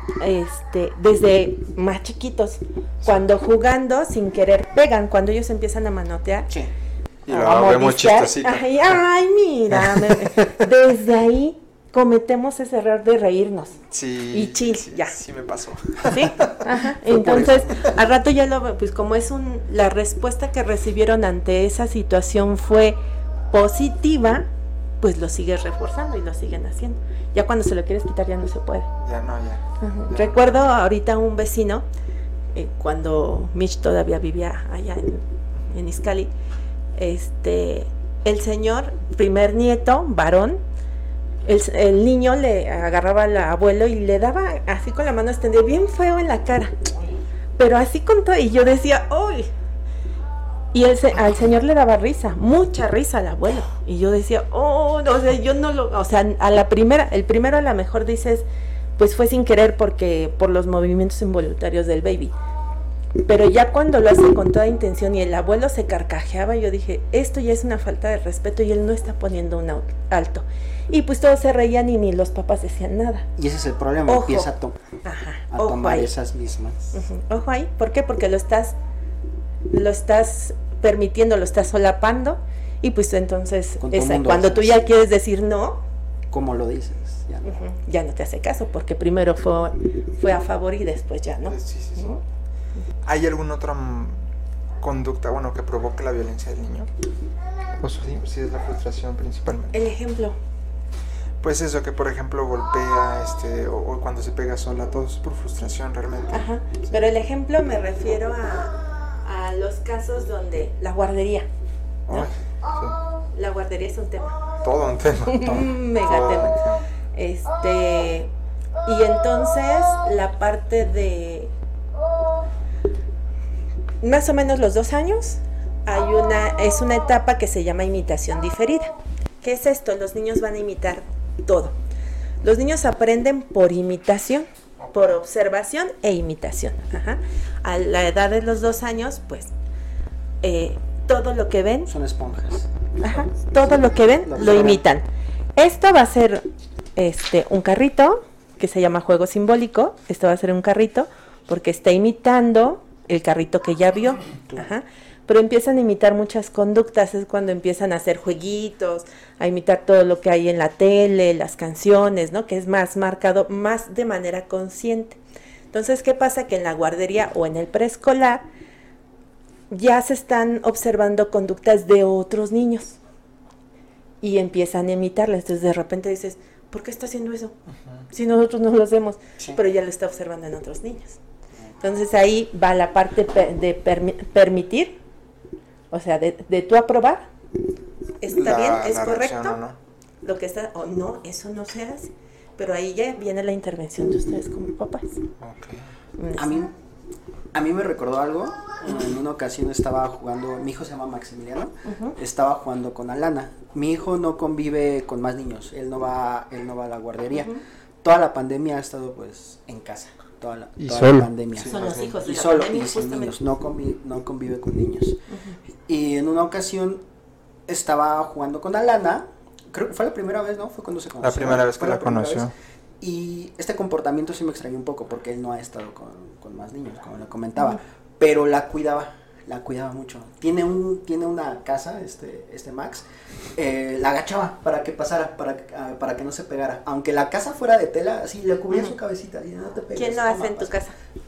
Speaker 3: este, desde más chiquitos, cuando jugando sin querer pegan, cuando ellos empiezan a manotear. Sí.
Speaker 1: Y lo vemos chistosito.
Speaker 3: Ay, ay, mira, me, desde ahí cometemos ese error de reírnos.
Speaker 1: Sí.
Speaker 3: Y chill,
Speaker 1: sí,
Speaker 3: ya.
Speaker 1: Sí me pasó.
Speaker 3: Sí, ajá. Entonces, al rato ya lo, pues como es un, la respuesta que recibieron ante esa situación fue positiva, pues lo sigues reforzando y lo siguen haciendo. Ya cuando se lo quieres quitar ya no se puede.
Speaker 1: Ya no, ya.
Speaker 3: Ajá. ya. Recuerdo ahorita un vecino, eh, cuando Mitch todavía vivía allá en, en Izcali, este, el señor, primer nieto, varón, el, el niño le agarraba al abuelo y le daba así con la mano extendida, bien feo en la cara, pero así con todo, y yo decía, ¡uy! Y el, al señor le daba risa, mucha risa al abuelo, y yo decía, ¡oh! O sea, yo no lo, o sea, a la primera, el primero a lo mejor dices, pues fue sin querer porque, por los movimientos involuntarios del baby. Pero ya cuando lo hace con toda intención y el abuelo se carcajeaba, yo dije, esto ya es una falta de respeto y él no está poniendo un alto. Y pues todos se reían y ni los papás decían nada.
Speaker 2: Y ese es el problema, ojo. Empieza a, to-
Speaker 3: Ajá,
Speaker 2: a tomar ahí. Esas mismas.
Speaker 3: Uh-huh. Ojo ahí, ¿por qué? Porque lo estás, lo estás permitiendo, lo estás solapando y pues entonces esa, cuando tú ya quieres decir no.
Speaker 2: ¿Cómo lo dices?
Speaker 3: Ya no. Uh-huh. Ya no te hace caso porque primero fue, fue a favor y después ya no.
Speaker 1: Sí, sí, sí.
Speaker 3: Uh-huh.
Speaker 1: ¿Hay algún otro conducta, bueno, que provoque la violencia del niño? O sí, sí es la frustración principalmente.
Speaker 3: El ejemplo.
Speaker 1: Pues eso, que por ejemplo golpea, este, o, o cuando se pega sola, todo es por frustración realmente.
Speaker 3: Ajá,
Speaker 1: sí.
Speaker 3: Pero el ejemplo me refiero a, a los casos donde la guardería, ¿no?
Speaker 1: Ay, sí.
Speaker 3: La guardería es un tema.
Speaker 1: Todo un tema. Todo,
Speaker 3: Un mega
Speaker 1: todo
Speaker 3: tema.
Speaker 1: un tema.
Speaker 3: Este, y entonces la parte de más o menos los dos años hay una, es una etapa que se llama imitación diferida. ¿Qué es esto? Los niños van a imitar todo. Los niños aprenden por imitación, por observación e imitación. Ajá. A la edad de los dos años, pues, eh, todo lo que ven,
Speaker 2: Son esponjas.
Speaker 3: ajá, todo lo que ven
Speaker 2: Lo
Speaker 3: lo
Speaker 2: observan.
Speaker 3: imitan. Esto va a ser este un carrito que se llama juego simbólico. Esto va a ser un carrito porque está imitando el carrito que ya vio. Ajá. Pero empiezan a imitar muchas conductas, es cuando empiezan a hacer jueguitos, a imitar todo lo que hay en la tele, las canciones, ¿no? Que es más marcado, más de manera consciente. Entonces, ¿qué pasa? Que en la guardería o en el preescolar ya se están observando conductas de otros niños y empiezan a imitarlas. Entonces, de repente dices, ¿por qué está haciendo eso? Uh-huh. Si nosotros no lo hacemos, sí. Pero ya lo está observando en otros niños. Entonces, ahí va la parte de permi- permitir. O sea, de, de tú aprobar, ¿está
Speaker 1: la,
Speaker 3: bien? ¿Es
Speaker 1: la
Speaker 3: correcto?
Speaker 1: ¿no?
Speaker 3: Lo que está, o no, eso no se hace. Pero ahí ya viene la intervención de ustedes como papás.
Speaker 1: Okay.
Speaker 2: A mí, a mí me recordó algo. En una ocasión estaba jugando, mi hijo se llama Maximiliano, uh-huh. Estaba jugando con Alana. Mi hijo no convive con más niños, él no va, él no va a la guardería. Uh-huh. Toda la pandemia ha estado pues en casa. Toda la,
Speaker 1: y
Speaker 2: toda
Speaker 1: solo.
Speaker 2: la pandemia.
Speaker 3: Sí, son los hijos de
Speaker 2: y
Speaker 3: la
Speaker 2: solo,
Speaker 3: pandemia,
Speaker 2: y sin
Speaker 3: justamente.
Speaker 2: niños, no, convive, no convive con niños. Uh-huh. Y en una ocasión estaba jugando con Alana, creo que fue la primera vez, ¿no? Fue cuando se conoció.
Speaker 1: La primera vez que la,
Speaker 2: la
Speaker 1: conoció.
Speaker 2: Vez. Y este comportamiento sí me extrañó un poco porque él no ha estado con, con más niños, como le comentaba, uh-huh. Pero la cuidaba, la cuidaba mucho. Tiene un tiene una casa, este este Max, eh, la agachaba para que pasara, para, uh, para que no se pegara. Aunque la casa fuera de tela, así le cubría uh-huh. su cabecita y no te pegues.
Speaker 3: ¿Quién lo hace en tu casa?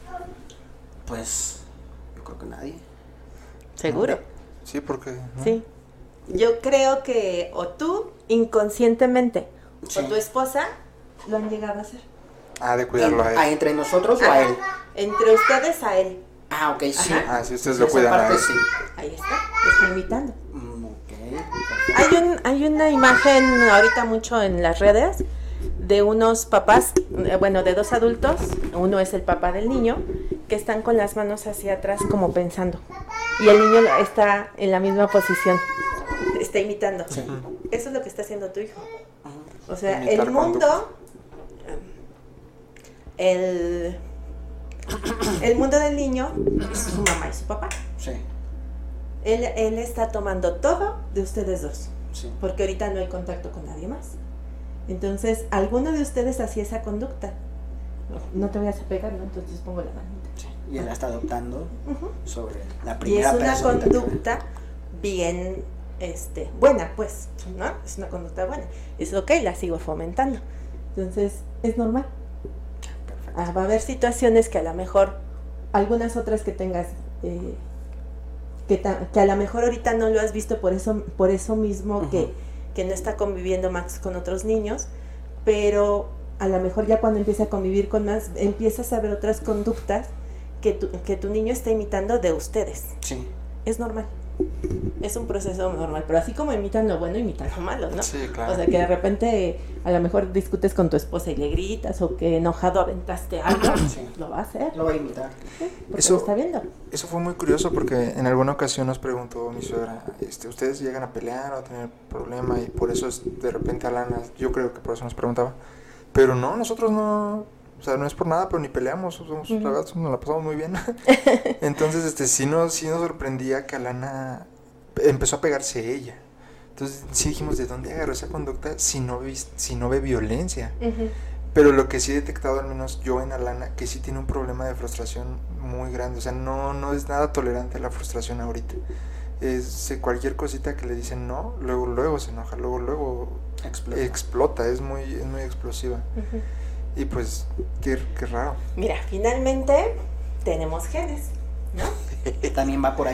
Speaker 2: Pues, yo creo que nadie.
Speaker 3: ¿Seguro?
Speaker 1: Sí, porque... ¿no?
Speaker 3: Sí. Yo creo que o tú, inconscientemente, sí. O tu esposa, lo han llegado a hacer.
Speaker 1: Ah, de cuidarlo
Speaker 2: en,
Speaker 1: a él.
Speaker 2: ¿A entre nosotros
Speaker 3: Ajá.
Speaker 2: O a él?
Speaker 3: Entre ustedes a él.
Speaker 2: Ah, ok, sí.
Speaker 1: Ajá. Ah, si ustedes lo cuidan a él.
Speaker 2: Sí.
Speaker 3: Ahí está, lo está imitando.
Speaker 2: Mm, ok.
Speaker 3: Hay, un, hay una imagen ahorita mucho en las redes de unos papás, bueno, de dos adultos, uno es el papá del niño, que están con las manos hacia atrás como pensando. Y el niño está en la misma posición, está imitando. Sí. Eso es lo que está haciendo tu hijo. O sea, imitar el mundo, el, el mundo del niño es su mamá y su papá.
Speaker 2: Sí.
Speaker 3: Él, él está tomando todo de ustedes dos.
Speaker 2: Sí.
Speaker 3: Porque ahorita no hay contacto con nadie más. Entonces, alguno de ustedes hacía esa conducta. No, no te vayas a pegar, ¿no? Entonces pongo la manita.
Speaker 2: Sí. Y él la está adoptando uh-huh. sobre la
Speaker 3: y
Speaker 2: primera
Speaker 3: es una
Speaker 2: persona.
Speaker 3: conducta bien este, buena, pues, ¿no? Es una conducta buena. Es ok, la sigo fomentando. Entonces, es normal. Ah, va a haber situaciones que a lo mejor, algunas otras que tengas, eh, que, ta- que a lo mejor ahorita no lo has visto por eso, por eso mismo uh-huh. que, que no está conviviendo Max con otros niños, pero a lo mejor ya cuando empieza a convivir con más, empiezas a ver otras conductas que tu, que tu niño está imitando de ustedes.
Speaker 2: Sí.
Speaker 3: Es normal. Es un proceso normal, pero así como imitan lo bueno, imitan lo malo, ¿no?
Speaker 1: Sí, claro.
Speaker 3: O sea, que de repente a lo mejor discutes con tu esposa y le gritas, o que enojado aventaste algo, sí. Lo va a hacer.
Speaker 2: Lo va a imitar.
Speaker 3: ¿Sí? Porque
Speaker 1: Eso,
Speaker 3: lo está viendo.
Speaker 1: Eso fue muy curioso porque en alguna ocasión nos preguntó mi suegra, este, ¿ustedes llegan a pelear o a tener problema? Y por eso es, de repente Alana, yo creo que por eso nos preguntaba. Pero no, nosotros no, o sea, no es por nada, pero ni peleamos, somos, uh-huh. la verdad, nos la pasamos muy bien. Entonces, este, sí nos, sí nos sorprendía que Alana empezó a pegarse ella. Entonces, sí dijimos, ¿de dónde agarró esa conducta si no ve, si no ve violencia? Uh-huh. Pero lo que sí he detectado, al menos yo en Alana, que sí tiene un problema de frustración muy grande. O sea, no, no es nada tolerante a la frustración ahorita. Es, cualquier cosita que le dicen no, luego, luego se enoja, luego, luego explota, explota es muy, es muy explosiva. Uh-huh. Y pues, qué, qué raro.
Speaker 3: Mira, finalmente tenemos genes, ¿no?
Speaker 2: ¿También va por ahí?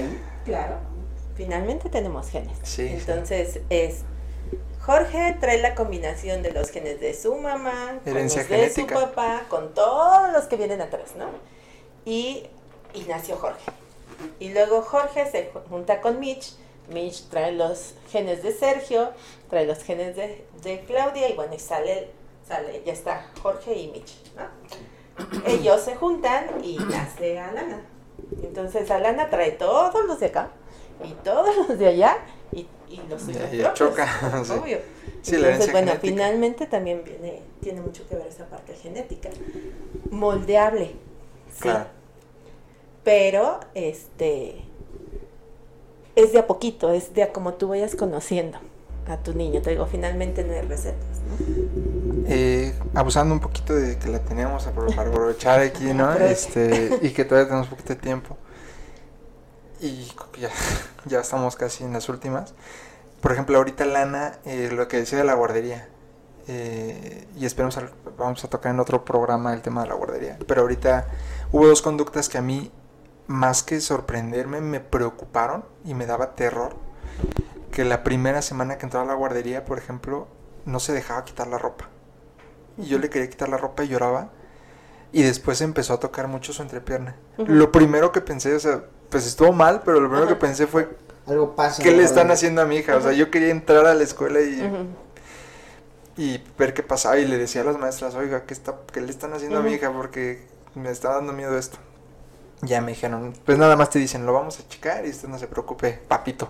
Speaker 3: Claro, finalmente tenemos genes.
Speaker 1: Sí,
Speaker 3: Entonces sí. es Jorge trae la combinación de los genes de su mamá,
Speaker 1: herencia
Speaker 3: con los
Speaker 1: genética,
Speaker 3: de su papá, con todos los que vienen atrás, ¿no? Y, y nació Jorge. Y luego Jorge se junta con Mitch, Mitch trae los genes de Sergio, trae los genes de, de Claudia y bueno, y sale, sale, ya está Jorge y Mitch, ¿no? Ellos se juntan y nace Alana. Entonces Alana trae todos los de acá y todos los de allá y, y los suyos
Speaker 1: y, y choca,
Speaker 3: sí. Obvio.
Speaker 1: Sí,
Speaker 3: Entonces, bueno,
Speaker 1: genética.
Speaker 3: finalmente también viene, tiene mucho que ver esa parte genética. Moldeable, sí.
Speaker 1: Claro.
Speaker 3: Pero, este, es de a poquito, es de a como tú vayas conociendo a tu niño. Te digo, finalmente no hay recetas, ¿no?
Speaker 1: Eh, abusando un poquito de que la teníamos para aprovechar aquí, ¿no? este Y que todavía tenemos poquito de tiempo. Y ya, ya estamos casi en las últimas. Por ejemplo, ahorita Lana, eh, lo que decía de la guardería. Eh, y esperemos, al, vamos a tocar en otro programa el tema de la guardería. Pero ahorita hubo dos conductas que a mí, más que sorprenderme, me preocuparon y me daba terror. Que la primera semana que entró a la guardería, por ejemplo, no se dejaba quitar la ropa. Y yo le quería quitar la ropa y lloraba. Y después empezó a tocar mucho su entrepierna. Uh-huh. Lo primero que pensé, o sea, pues estuvo mal, pero lo primero uh-huh. que pensé fue...
Speaker 2: Algo pasa.
Speaker 1: ¿Qué le están haciendo a mi hija? Uh-huh. O sea, yo quería entrar a la escuela y... Uh-huh. Y ver qué pasaba. Y le decía a las maestras, oiga, ¿qué, está, qué le están haciendo uh-huh. a mi hija? Porque me está dando miedo esto. Ya me dijeron, pues nada más te dicen, lo vamos a checar y usted no se preocupe, papito.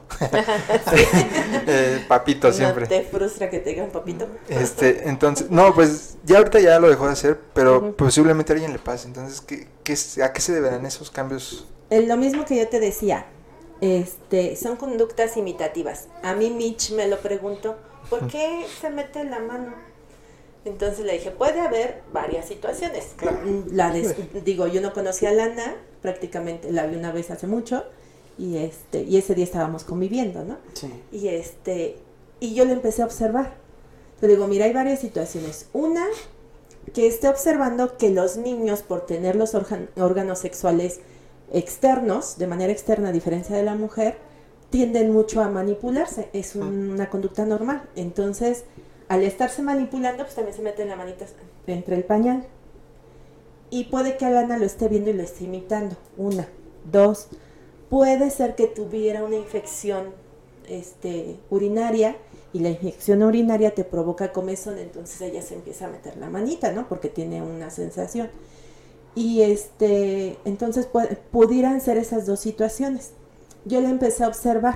Speaker 1: eh, papito
Speaker 3: no
Speaker 1: siempre.
Speaker 3: ¿No te frustra que te digan papito?
Speaker 1: este, entonces, no, pues ya ahorita ya lo dejó de hacer, pero uh-huh. posiblemente a alguien le pase. Entonces, ¿qué, qué, ¿a qué se deberán esos cambios?
Speaker 3: Es lo mismo que yo te decía, este, son conductas imitativas. A mí Mitch me lo preguntó, ¿por qué se mete la mano? Entonces le dije, puede haber varias situaciones.
Speaker 1: Claro.
Speaker 3: La de, digo, yo no conocía a Lana, prácticamente la vi una vez hace mucho, y este, y ese día estábamos conviviendo, ¿no?
Speaker 2: Sí.
Speaker 3: Y este, y yo le empecé a observar. Le digo, mira, hay varias situaciones. Una, que esté observando que los niños, por tener los organ- órganos sexuales externos, de manera externa, a diferencia de la mujer, tienden mucho a manipularse. Es un, una conducta normal. Entonces, al estarse manipulando, pues también se meten la manita entre el pañal. Y puede que Alana lo esté viendo y lo esté imitando. Una. Dos. Puede ser que tuviera una infección este, urinaria y la infección urinaria te provoca comezón, entonces ella se empieza a meter la manita, ¿no? Porque tiene una sensación. Y este, entonces pu- pudieran ser esas dos situaciones. Yo la empecé a observar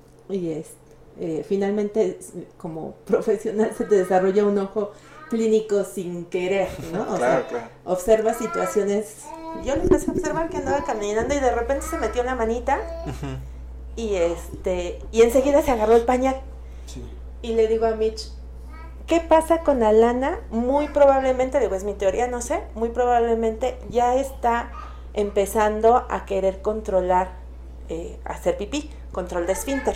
Speaker 3: y este, Eh, finalmente como profesional se te desarrolla un ojo clínico sin querer, ¿no? O
Speaker 1: claro,
Speaker 3: sea,
Speaker 1: claro.
Speaker 3: observa situaciones. Yo le empecé a observar que andaba caminando y de repente se metió la manita uh-huh. y este y enseguida se agarró el pañal. Sí. Y le digo a Mitch, ¿qué pasa con Alana? Muy probablemente, digo, es mi teoría, no sé, muy probablemente ya está empezando a querer controlar, eh, hacer pipí, control de esfínter.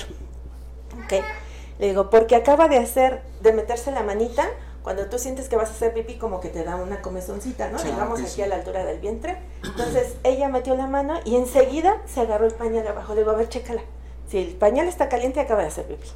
Speaker 3: Okay. Le digo, porque acaba de hacer, de meterse la manita, cuando tú sientes que vas a hacer pipí, como que te da una comezoncita, ¿no? Sí, digamos aquí sí. A la altura del vientre. Entonces, ella metió la mano y enseguida se agarró el pañal abajo. Le digo, a ver, chécala. Si el pañal está caliente, acaba de hacer pipí.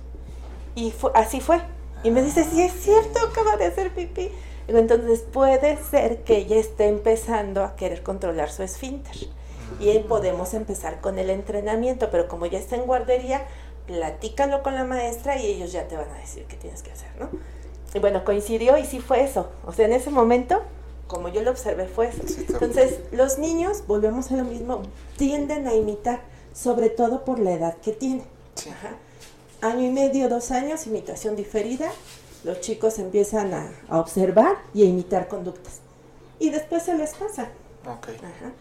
Speaker 3: Y fu- así fue. Y me dice, sí, es cierto, acaba de hacer pipí. Digo, entonces, puede ser que ella esté empezando a querer controlar su esfínter. Y ahí podemos empezar con el entrenamiento, pero como ya está en guardería, platícalo con la maestra y ellos ya te van a decir qué tienes que hacer, ¿no? Y bueno, coincidió y sí fue eso. O sea, en ese momento, como yo lo observé, fue eso. Entonces, los niños, volvemos a lo mismo, tienden a imitar, sobre todo por la edad que tienen. Sí. Ajá. Año y medio, dos años, imitación diferida. Los chicos empiezan a, a observar y a imitar conductas. Y después se les pasa.
Speaker 1: Okay.
Speaker 3: Ajá.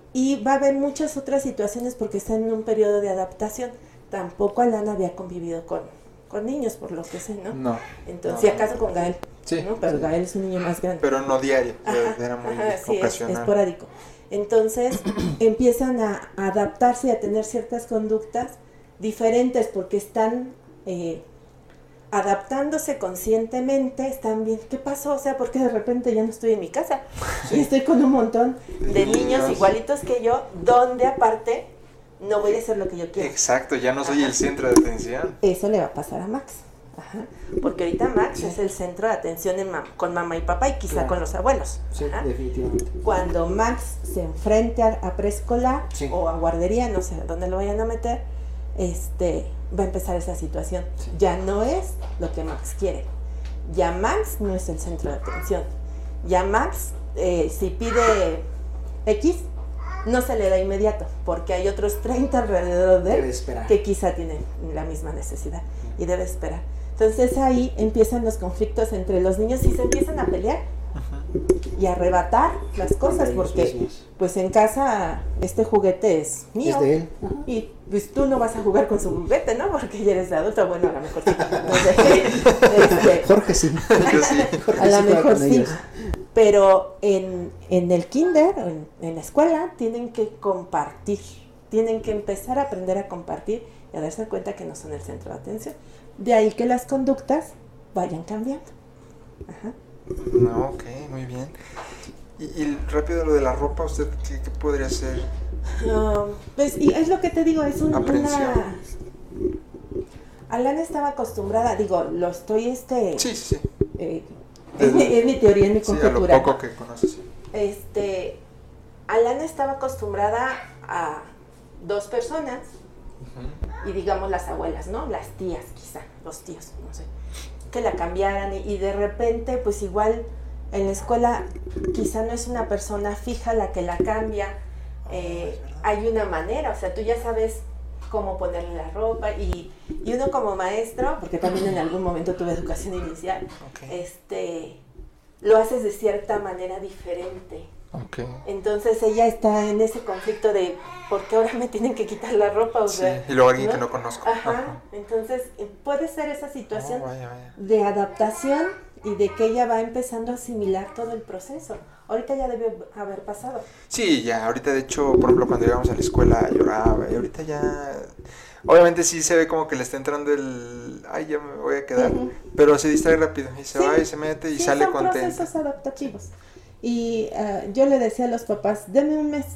Speaker 3: Y va a haber muchas otras situaciones porque están en un periodo de adaptación. Tampoco Alana había convivido con, con niños, por lo que sé, ¿no?
Speaker 1: No.
Speaker 3: Entonces,
Speaker 1: no,
Speaker 3: si acaso con Gael,
Speaker 1: sí,
Speaker 3: ¿no? Pero
Speaker 1: sí.
Speaker 3: Gael es un niño más grande.
Speaker 1: Pero no diario,
Speaker 3: ajá,
Speaker 1: era muy
Speaker 3: ajá, sí,
Speaker 1: ocasional.
Speaker 3: Es, esporádico. Entonces, empiezan a adaptarse y a tener ciertas conductas diferentes porque están eh, adaptándose conscientemente, están bien. ¿Qué pasó? O sea, ¿por qué de repente ya no estoy en mi casa? Sí. Y estoy con un montón de niños igualitos que yo, donde aparte no voy a hacer lo que yo quiero.
Speaker 1: Exacto, ya no soy
Speaker 3: Ajá.
Speaker 1: el centro de atención.
Speaker 3: Eso le va a pasar a Max. Ajá. Porque ahorita Max
Speaker 2: Sí.
Speaker 3: es el centro de atención en mam- con mamá y papá y quizá
Speaker 2: Claro.
Speaker 3: con los abuelos.
Speaker 2: Sí,
Speaker 3: Ajá.
Speaker 2: definitivamente.
Speaker 3: Cuando Max se enfrente a, a preescolar
Speaker 2: Sí.
Speaker 3: o a guardería, no sé a dónde lo vayan a meter, este, va a empezar esa situación.
Speaker 2: Sí.
Speaker 3: Ya no es lo que Max quiere. Ya Max no es el centro de atención. Ya Max, eh, si pide X, no se le da inmediato, porque hay otros treinta alrededor de
Speaker 2: Debe
Speaker 3: él
Speaker 2: esperar.
Speaker 3: que quizá tienen la misma necesidad y debe esperar. Entonces ahí empiezan los conflictos entre los niños y se empiezan a pelear y a arrebatar las cosas,
Speaker 2: Entre ellos
Speaker 3: porque
Speaker 2: mismos.
Speaker 3: pues en casa este juguete es mío.
Speaker 2: Es de él. Ajá.
Speaker 3: Y pues tú no vas a jugar con su juguete, ¿no? Porque ya eres de adulto, bueno, a lo mejor sí. No sé. Este,
Speaker 2: Jorge sí.
Speaker 1: Yo sí.
Speaker 2: Jorge
Speaker 3: a lo
Speaker 2: sí juega
Speaker 3: mejor
Speaker 2: con
Speaker 3: sí.
Speaker 2: ellos.
Speaker 3: Pero en, en el kinder, o en, en la escuela, tienen que compartir. Tienen que empezar a aprender a compartir y a darse cuenta que no son el centro de atención. De ahí que las conductas vayan cambiando. Ajá.
Speaker 1: No, ok, muy bien. Y, y rápido lo de la ropa, ¿usted qué, qué podría hacer?
Speaker 3: Um, pues y es lo que te digo, es un,
Speaker 1: Aprensión.
Speaker 3: una... Alana estaba acostumbrada, digo, lo estoy este...
Speaker 1: Sí, sí, sí.
Speaker 3: eh, es, mi, es mi teoría, es mi
Speaker 1: Sí, a lo
Speaker 3: conjetura.
Speaker 1: poco que conoces. Sí.
Speaker 3: Este, Alana estaba acostumbrada a dos personas y digamos las abuelas, ¿no? Las tías quizá, los tíos, no sé, que la cambiaran y, y de repente pues igual en la escuela quizá no es una persona fija la que la cambia, eh, hay una manera, o sea, tú ya sabes cómo ponerle la ropa y, y uno como maestro, porque también en algún momento tuve educación inicial,
Speaker 1: Okay.
Speaker 3: este, lo haces de cierta manera diferente.
Speaker 1: Ok.
Speaker 3: Entonces ella está en ese conflicto de ¿por qué ahora me tienen que quitar la ropa? O
Speaker 1: Sí,
Speaker 3: sea,
Speaker 1: y luego alguien
Speaker 3: ¿no?
Speaker 1: que no conozco.
Speaker 3: Ajá, entonces eh, puede ser esa situación
Speaker 1: Oh, vaya, vaya.
Speaker 3: de adaptación y de que ella va empezando a asimilar todo el proceso. Ahorita ya debe haber pasado.
Speaker 1: Sí, ya, ahorita de hecho, por ejemplo, cuando íbamos a la escuela lloraba y ahorita ya... Obviamente sí se ve como que le está entrando el... Ay, ya me voy a quedar.
Speaker 3: Ujú.
Speaker 1: Pero se distrae rápido y se
Speaker 3: Sí,
Speaker 1: va y se mete y
Speaker 3: sí,
Speaker 1: sale
Speaker 3: son
Speaker 1: contenta.
Speaker 3: procesos adaptativos. Y uh, yo le decía a los papás, deme un mes.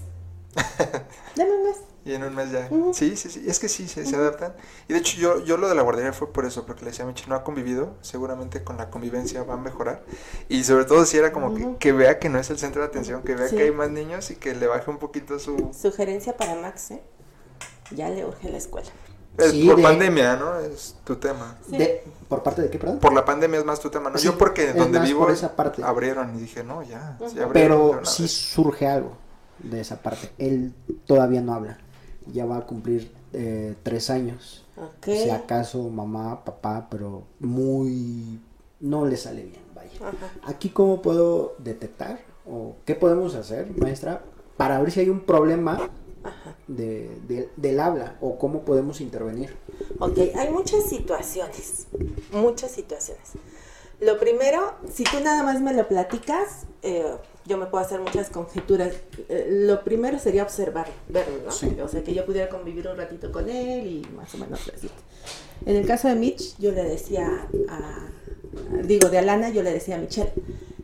Speaker 3: Deme un mes.
Speaker 1: Y en un mes ya.
Speaker 3: Ujú.
Speaker 1: Sí, sí, sí. Es que sí, se, se
Speaker 3: Ujú.
Speaker 1: adaptan. Y de hecho yo, yo lo de la guardería fue por eso, porque le decía a Michi, no ha convivido, seguramente con la convivencia va a mejorar. Y sobre todo si era como que,
Speaker 3: Ujú.
Speaker 1: que vea que no es el centro de atención, que vea
Speaker 3: Sí.
Speaker 1: que hay más niños y que le baje un poquito su...
Speaker 3: Sugerencia para Max, ¿eh? Ya le urge la escuela.
Speaker 1: Es
Speaker 2: Sí,
Speaker 1: por
Speaker 2: de-
Speaker 1: pandemia, ¿no? Es tu tema.
Speaker 3: Sí.
Speaker 2: De, ¿Por parte de qué, perdón?
Speaker 1: Por la pandemia es más tu tema, ¿no?
Speaker 2: Sí,
Speaker 1: yo porque
Speaker 2: es
Speaker 1: donde
Speaker 2: más
Speaker 1: vivo
Speaker 2: por esa parte.
Speaker 1: abrieron y dije, no, ya, sí
Speaker 3: Ujú.
Speaker 1: abrieron de
Speaker 2: Pero
Speaker 1: una
Speaker 2: sí
Speaker 1: vez.
Speaker 2: surge algo de esa parte. Él todavía no habla. Ya va a cumplir eh, tres años.
Speaker 3: Ok.
Speaker 2: Si acaso mamá, papá, pero muy... no le sale bien, vaya.
Speaker 3: Ajá.
Speaker 2: Aquí, ¿cómo puedo detectar o qué podemos hacer, maestra, para ver si hay un problema
Speaker 3: Ajá.
Speaker 2: de, de- del habla o cómo podemos intervenir?
Speaker 3: Ok, hay muchas situaciones, muchas situaciones. Lo primero, si tú nada más me lo platicas, eh, yo me puedo hacer muchas conjeturas. Eh, lo primero sería observarlo, verlo, ¿no?
Speaker 2: Sí.
Speaker 3: O sea, que yo pudiera convivir un ratito con él y más o menos decirte. En el caso de Mitch, yo le decía a, a- digo, de Alana, yo le decía a Michelle,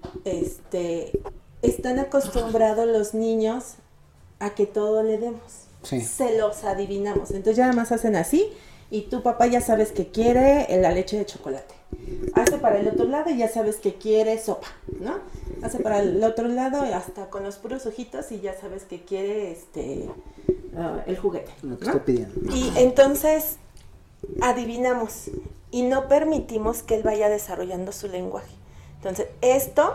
Speaker 3: este, están acostumbrados los niños a que todo le demos.
Speaker 2: Sí.
Speaker 3: Se los adivinamos. Entonces ya nada más hacen así y tu papá ya sabes que quiere la leche de chocolate. Hace para el otro lado y ya sabes que quiere sopa, ¿no? Hace para el otro lado hasta con los puros ojitos y ya sabes que quiere este uh, el juguete,
Speaker 2: Lo que
Speaker 3: ¿no?
Speaker 2: estoy pidiendo.
Speaker 3: Y entonces adivinamos y no permitimos que él vaya desarrollando su lenguaje. Entonces, esto,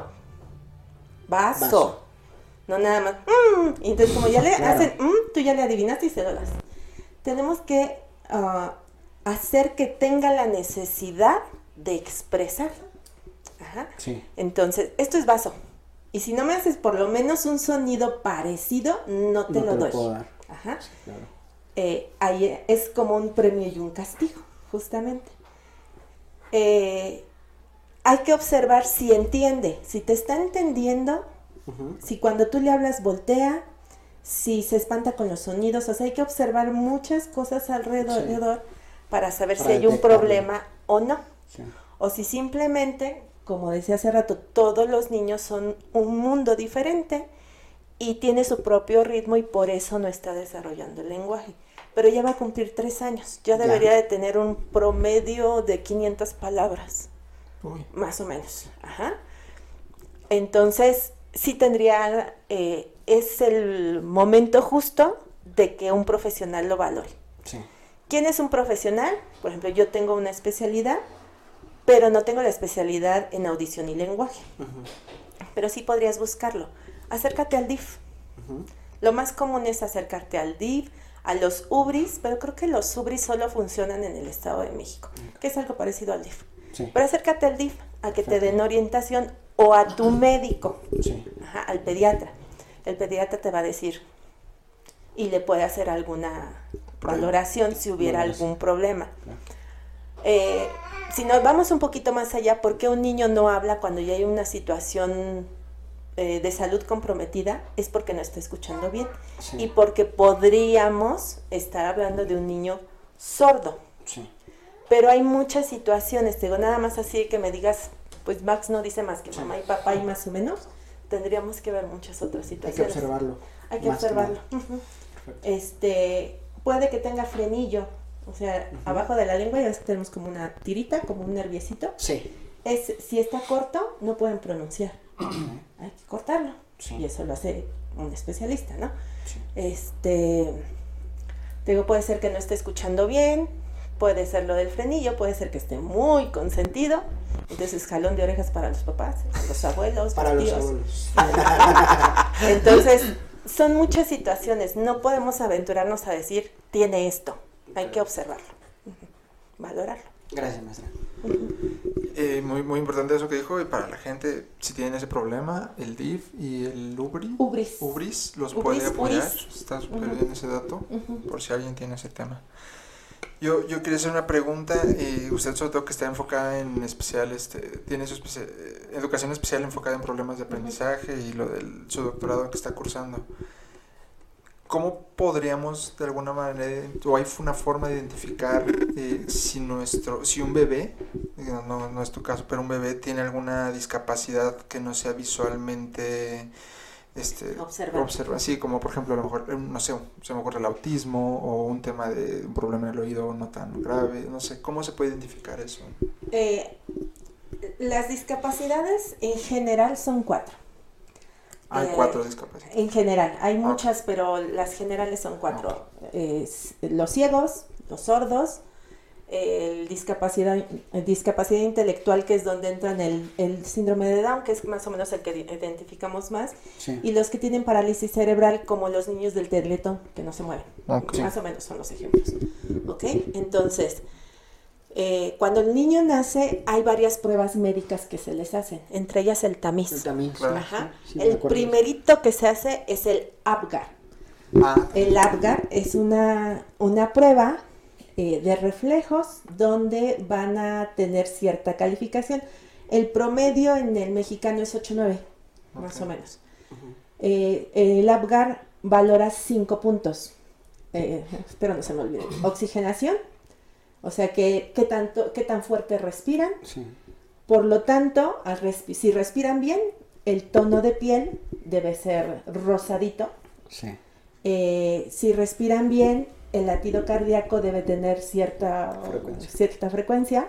Speaker 3: vaso.
Speaker 2: Vaso.
Speaker 3: No nada más, mm, y entonces como ya le
Speaker 2: Claro.
Speaker 3: hacen, mm, tú ya le adivinaste y se lo das. Tenemos que uh, hacer que tenga la necesidad de expresar. Ajá.
Speaker 2: Sí.
Speaker 3: Entonces, esto es vaso. Y si no me haces por lo menos un sonido parecido, no te
Speaker 2: No
Speaker 3: lo
Speaker 2: te lo
Speaker 3: doy.
Speaker 2: puedo dar.
Speaker 3: Ajá.
Speaker 2: Claro.
Speaker 3: Eh, ahí es como un premio y un castigo, justamente. Eh, hay que observar si entiende, si te está entendiendo,
Speaker 2: Ujú.
Speaker 3: si cuando tú le hablas voltea, si se espanta con los sonidos, o sea, hay que observar muchas cosas alrededor para saber
Speaker 2: Para
Speaker 3: si hay un
Speaker 2: detectarlo.
Speaker 3: problema o no.
Speaker 2: Sí.
Speaker 3: O si simplemente, como decía hace rato, todos los niños son un mundo diferente y tiene su propio ritmo y por eso no está desarrollando el lenguaje. pero ya va a cumplir tres años. Ya debería ya. de tener un promedio de quinientas palabras. Uy. Más o menos. Ajá. Entonces, sí tendría, eh, es el momento justo de que un profesional lo valore. Sí. ¿Quién es un profesional? Por ejemplo, yo tengo una especialidad, pero no tengo la especialidad en audición y lenguaje. Uh-huh. Pero sí podrías buscarlo. Acércate al D I F. Uh-huh. Lo más común es acercarte al D I F, a los U B R I S, pero creo que los U B R I S solo funcionan en el Estado de México, okay. que es algo parecido al D I F. Sí. Pero acércate al D I F, a que te den orientación, o a tu médico, sí. Ajá, al pediatra. El pediatra te va a decir y le puede hacer alguna valoración si hubiera bueno, algún problema. Claro. Eh, si nos vamos un poquito más allá, ¿por qué un niño no habla cuando ya hay una situación eh, de salud comprometida? Es porque no está escuchando bien, sí. y porque podríamos estar hablando de un niño sordo. Sí. Pero hay muchas situaciones, te digo, nada más así que me digas, pues Max no dice más que sí. mamá y papá y más o menos, tendríamos que ver muchas otras situaciones.
Speaker 2: Hay que observarlo.
Speaker 3: Hay que observarlo. Uh-huh. Este, puede que tenga frenillo, o sea, uh-huh. abajo de la lengua ya ves que tenemos como una tirita, como un nerviecito. Sí. Es, si está corto, no pueden pronunciar. Uh-huh. Hay que cortarlo. Sí. Y eso lo hace un especialista, ¿no? Sí. Este, te digo, puede ser que no esté escuchando bien, puede ser lo del frenillo, puede ser que esté muy consentido. Entonces, jalón de orejas para los papás, para los abuelos,
Speaker 2: para
Speaker 3: los
Speaker 2: tíos.
Speaker 3: Los abuelos. Entonces, son muchas situaciones. No podemos aventurarnos a decir, tiene esto. Hay que observarlo, valorarlo.
Speaker 2: Gracias, maestra.
Speaker 1: Eh, muy, muy importante eso que dijo, y para la gente, si tienen ese problema, el D I F y el U B R I,
Speaker 3: U B R I S,
Speaker 1: U B R I S los U B R I S, puede apoyar. U B R I S. Está súper uh-huh. bien ese dato, uh-huh. por si alguien tiene ese tema. Yo, yo quería hacer una pregunta, eh, usted sobre todo que está enfocada en especial, este, tiene su especial, eh, educación especial enfocada en problemas de aprendizaje uh-huh. y lo del su doctorado que está cursando. ¿Cómo podríamos de alguna manera, o hay una forma de identificar eh, si nuestro, si un bebé, no, no es tu caso, pero un bebé tiene alguna discapacidad que no sea visualmente este
Speaker 3: observa.
Speaker 1: observa, sí, como por ejemplo a lo mejor, no sé, se me ocurre el autismo o un tema de un problema en el oído no tan grave, no sé, ¿cómo se puede identificar eso?
Speaker 3: Eh, las discapacidades en general son cuatro.
Speaker 1: Hay eh, cuatro discapacidades.
Speaker 3: En general, hay muchas, okay. pero las generales son cuatro. Okay. Eh, los ciegos, los sordos, el discapacidad, el discapacidad intelectual, que es donde entran el, el síndrome de Down, que es más o menos el que identificamos más, sí. y los que tienen parálisis cerebral, como los niños del Teletón, que no se mueven. Okay. Más o menos son los ejemplos. ¿Ok? Entonces, eh, cuando el niño nace, hay varias pruebas médicas que se les hacen, entre ellas el tamiz.
Speaker 2: El tamiz.
Speaker 3: Claro. Ajá. Sí, el primerito que se hace es el APGAR. Ah. El APGAR es una, una prueba Eh, de reflejos donde van a tener cierta calificación. El promedio en el mexicano es ocho nueve, okay. más o menos. Uh-huh. eh, el APGAR valora cinco puntos. Eh, espero no se me olvide. Oxigenación, o sea, que, que, tanto, qué tan fuerte respiran. Sí. Por lo tanto, al respi- si respiran bien, el tono de piel debe ser rosadito. Sí. Eh, si respiran bien, el latido cardíaco debe tener cierta frecuencia. Cierta frecuencia.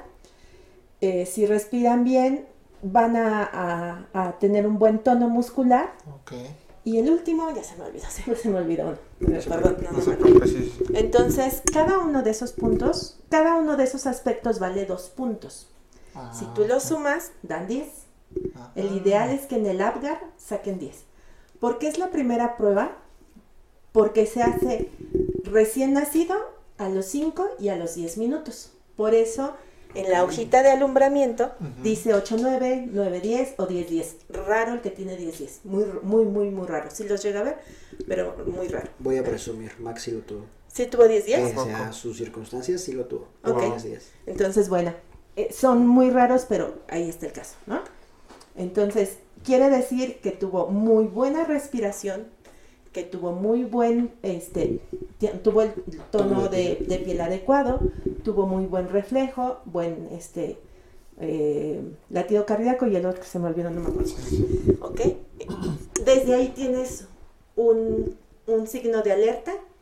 Speaker 3: Eh, si respiran bien, van a, a, a tener un buen tono muscular. Okay. Y el último, ya se me olvidó, siempre se me olvidó. No Perdón, no, no, no, no, sí. Entonces, cada uno de esos puntos, cada uno de esos aspectos vale dos puntos. Ah, si tú los sumas, dan diez. Ah, el ideal es que en el APGAR saquen diez. ¿Por qué es la primera prueba? Porque se hace recién nacido a los cinco y a los diez minutos. Por eso, en la hojita de alumbramiento, uh-huh. dice ocho nueve, nueve diez o diez diez. Raro el que tiene diez diez. Muy, muy, muy, muy raro. Sí los llega a ver, pero muy raro.
Speaker 2: Voy a presumir, Max sí lo tuvo.
Speaker 3: ¿Sí tuvo diez diez?
Speaker 2: Pese a sus circunstancias, sí lo tuvo.
Speaker 3: Ok. diez diez. Entonces, bueno, eh, son muy raros, pero ahí está el caso, ¿no? Entonces, quiere decir que tuvo muy buena respiración, que tuvo muy buen, este, t- tuvo el tono de, de piel adecuado, tuvo muy buen reflejo, buen, este, eh, latido cardíaco y el otro que se me olvidó, no me acuerdo. ¿Ok? Desde ahí tienes un, un signo de alerta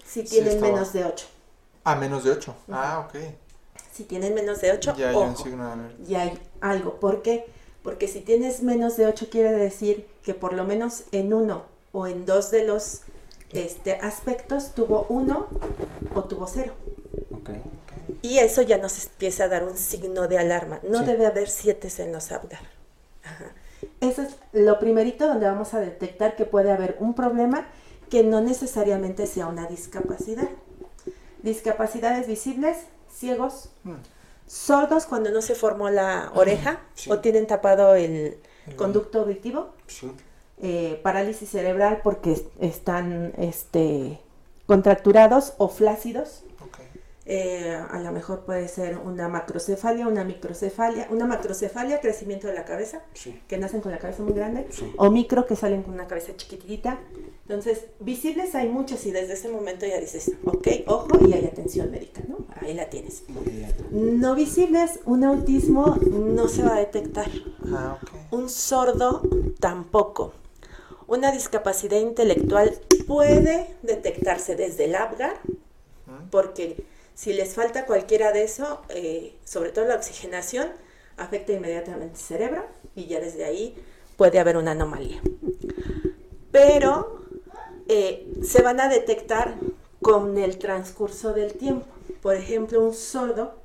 Speaker 3: si tienen
Speaker 1: está
Speaker 3: menos
Speaker 1: bajo.
Speaker 3: de ocho.
Speaker 1: Ah, menos de ocho.
Speaker 3: Ujú.
Speaker 1: Ah, ok.
Speaker 3: Si tienen menos de ocho,
Speaker 1: Ya hay
Speaker 3: ojo,
Speaker 1: un signo de alerta.
Speaker 3: ya hay algo. ¿Por qué? Porque si tienes menos de ocho quiere decir que por lo menos en uno o en dos de los este, aspectos tuvo uno o tuvo cero.
Speaker 2: Okay.
Speaker 3: Y eso ya nos empieza a dar un signo de alarma. No
Speaker 2: Sí.
Speaker 3: debe haber siete en los Apgar. Ajá. Eso es lo primerito donde vamos a detectar que puede haber un problema que no necesariamente sea una discapacidad. Discapacidades visibles, ciegos,
Speaker 1: Mm.
Speaker 3: sordos cuando no se formó la oreja
Speaker 1: Sí.
Speaker 3: o tienen tapado el
Speaker 1: El
Speaker 3: conducto auditivo,
Speaker 1: Sí.
Speaker 3: eh, parálisis cerebral porque est- están este, contracturados o flácidos.
Speaker 1: Ok.
Speaker 3: Eh, a lo mejor puede ser una macrocefalia, una microcefalia, una macrocefalia, crecimiento de la cabeza,
Speaker 1: Sí.
Speaker 3: que nacen con la cabeza muy grande,
Speaker 1: Sí.
Speaker 3: o micro, que salen con una cabeza chiquitita. Entonces, visibles hay muchos y desde ese momento ya dices, ok, ojo, y hay atención médica, ¿no? Ahí la tienes.
Speaker 2: Muy bien.
Speaker 3: No visibles, un autismo no se va a detectar.
Speaker 1: Ah, ok.
Speaker 3: Un sordo tampoco. Una discapacidad intelectual puede detectarse desde el Apgar,
Speaker 1: Mm.
Speaker 3: porque si les falta cualquiera de eso, eh, sobre todo la oxigenación, afecta inmediatamente el cerebro y ya desde ahí puede haber una anomalía. Pero eh, se van a detectar con el transcurso del tiempo. Por ejemplo, un sordo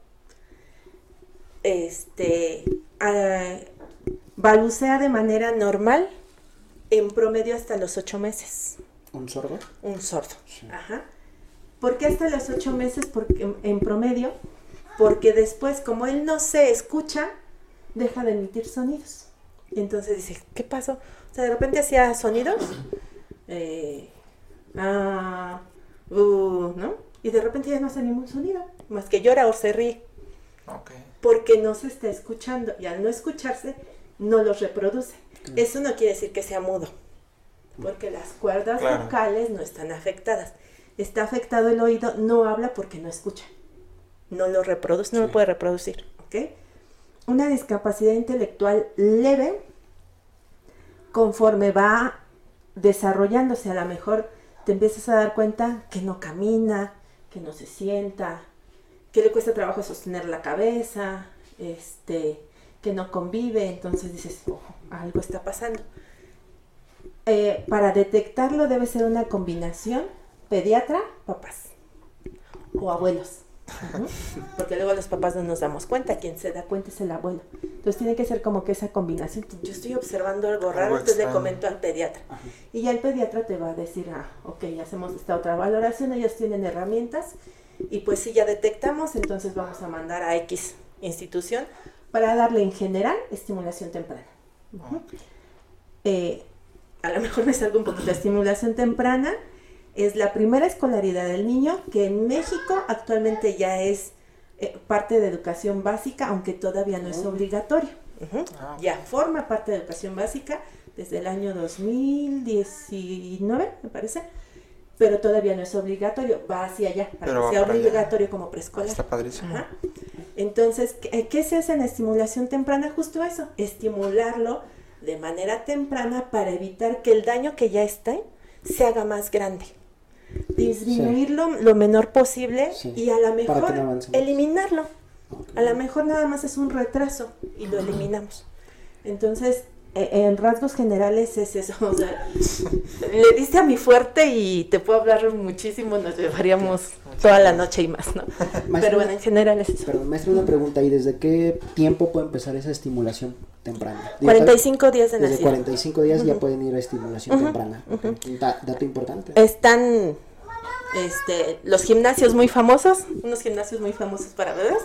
Speaker 3: este, ah, balbucea de manera normal en promedio hasta los ocho meses.
Speaker 2: ¿Un sordo?
Speaker 3: Un sordo.
Speaker 2: Sí.
Speaker 3: Ajá. ¿Por qué hasta los ocho meses? Porque, en, en promedio, porque después, como él no se escucha, deja de emitir sonidos. Y entonces dice, ¿qué pasó? O sea, de repente hacía sonidos, eh, ah, uh, ¿no? Y de repente ya no hace ningún sonido, más que llora o se ríe,
Speaker 1: Ok.
Speaker 3: porque no se está escuchando. Y al no escucharse, no los reproduce. Eso no quiere decir que sea mudo, porque las cuerdas
Speaker 1: Claro.
Speaker 3: vocales no están afectadas. Está afectado el oído, no habla porque no escucha. No lo reproduce, no
Speaker 2: Sí.
Speaker 3: lo puede reproducir, ¿ok? Una discapacidad intelectual leve, conforme va desarrollándose, a lo mejor te empiezas a dar cuenta que no camina, que no se sienta, que le cuesta trabajo sostener la cabeza, este, que no convive, entonces dices, ojo, algo está pasando. Eh, para detectarlo debe ser una combinación pediatra, papás o abuelos. Ujú. Porque luego los papás no nos damos cuenta, quien se da cuenta es el abuelo. Entonces tiene que ser como que esa combinación. Yo estoy observando algo raro,
Speaker 1: Algo
Speaker 3: entonces le
Speaker 1: extraño.
Speaker 3: comento al pediatra.
Speaker 2: Ajá.
Speaker 3: Y ya el pediatra te va a decir, ah, ok, hacemos esta otra valoración, ellos tienen herramientas y pues si ya detectamos, entonces vamos a mandar a X institución para darle en general estimulación temprana. Ujú.
Speaker 1: Ok.
Speaker 3: Eh, a lo mejor me salgo un poquito de estimulación temprana. Es la primera escolaridad del niño, que en México actualmente ya es eh, parte de educación básica, aunque todavía no es obligatorio. Ujú.
Speaker 1: Ah, ok.
Speaker 3: Ya forma parte de educación básica desde el año dos mil diecinueve, me parece, pero todavía no es obligatorio, va hacia allá, para
Speaker 1: Pero
Speaker 3: que
Speaker 1: va
Speaker 3: sea
Speaker 1: para allá.
Speaker 3: obligatorio como preescolar.
Speaker 1: Está padrísimo.
Speaker 3: Ajá. Entonces, ¿qué, qué se hace en estimulación temprana? Justo eso, estimularlo de manera temprana para evitar que el daño que ya está se haga más grande. Disminuirlo lo menor posible
Speaker 2: Sí.
Speaker 3: y a lo
Speaker 2: Para que
Speaker 3: mejor
Speaker 2: no avance más.
Speaker 3: eliminarlo.
Speaker 2: Ok.
Speaker 3: A lo mejor nada más es un retraso y lo eliminamos. Entonces, eh, en rasgos generales es eso. O sea, le diste a mi fuerte y te puedo hablar muchísimo, nos llevaríamos toda la noche y más, ¿no?
Speaker 2: Maestra,
Speaker 3: Pero bueno, en general es eso.
Speaker 2: Perdón, maestra, una pregunta. ¿Y desde qué tiempo puede empezar esa estimulación temprana? Digo,
Speaker 3: cuarenta y cinco días de
Speaker 2: Desde
Speaker 3: nacido.
Speaker 2: cuarenta y cinco días ya
Speaker 3: Ujú.
Speaker 2: pueden ir a estimulación
Speaker 3: Ujú,
Speaker 2: temprana. Ok. Un da- dato importante.
Speaker 3: Están este, los gimnasios muy famosos, unos gimnasios muy famosos para bebés.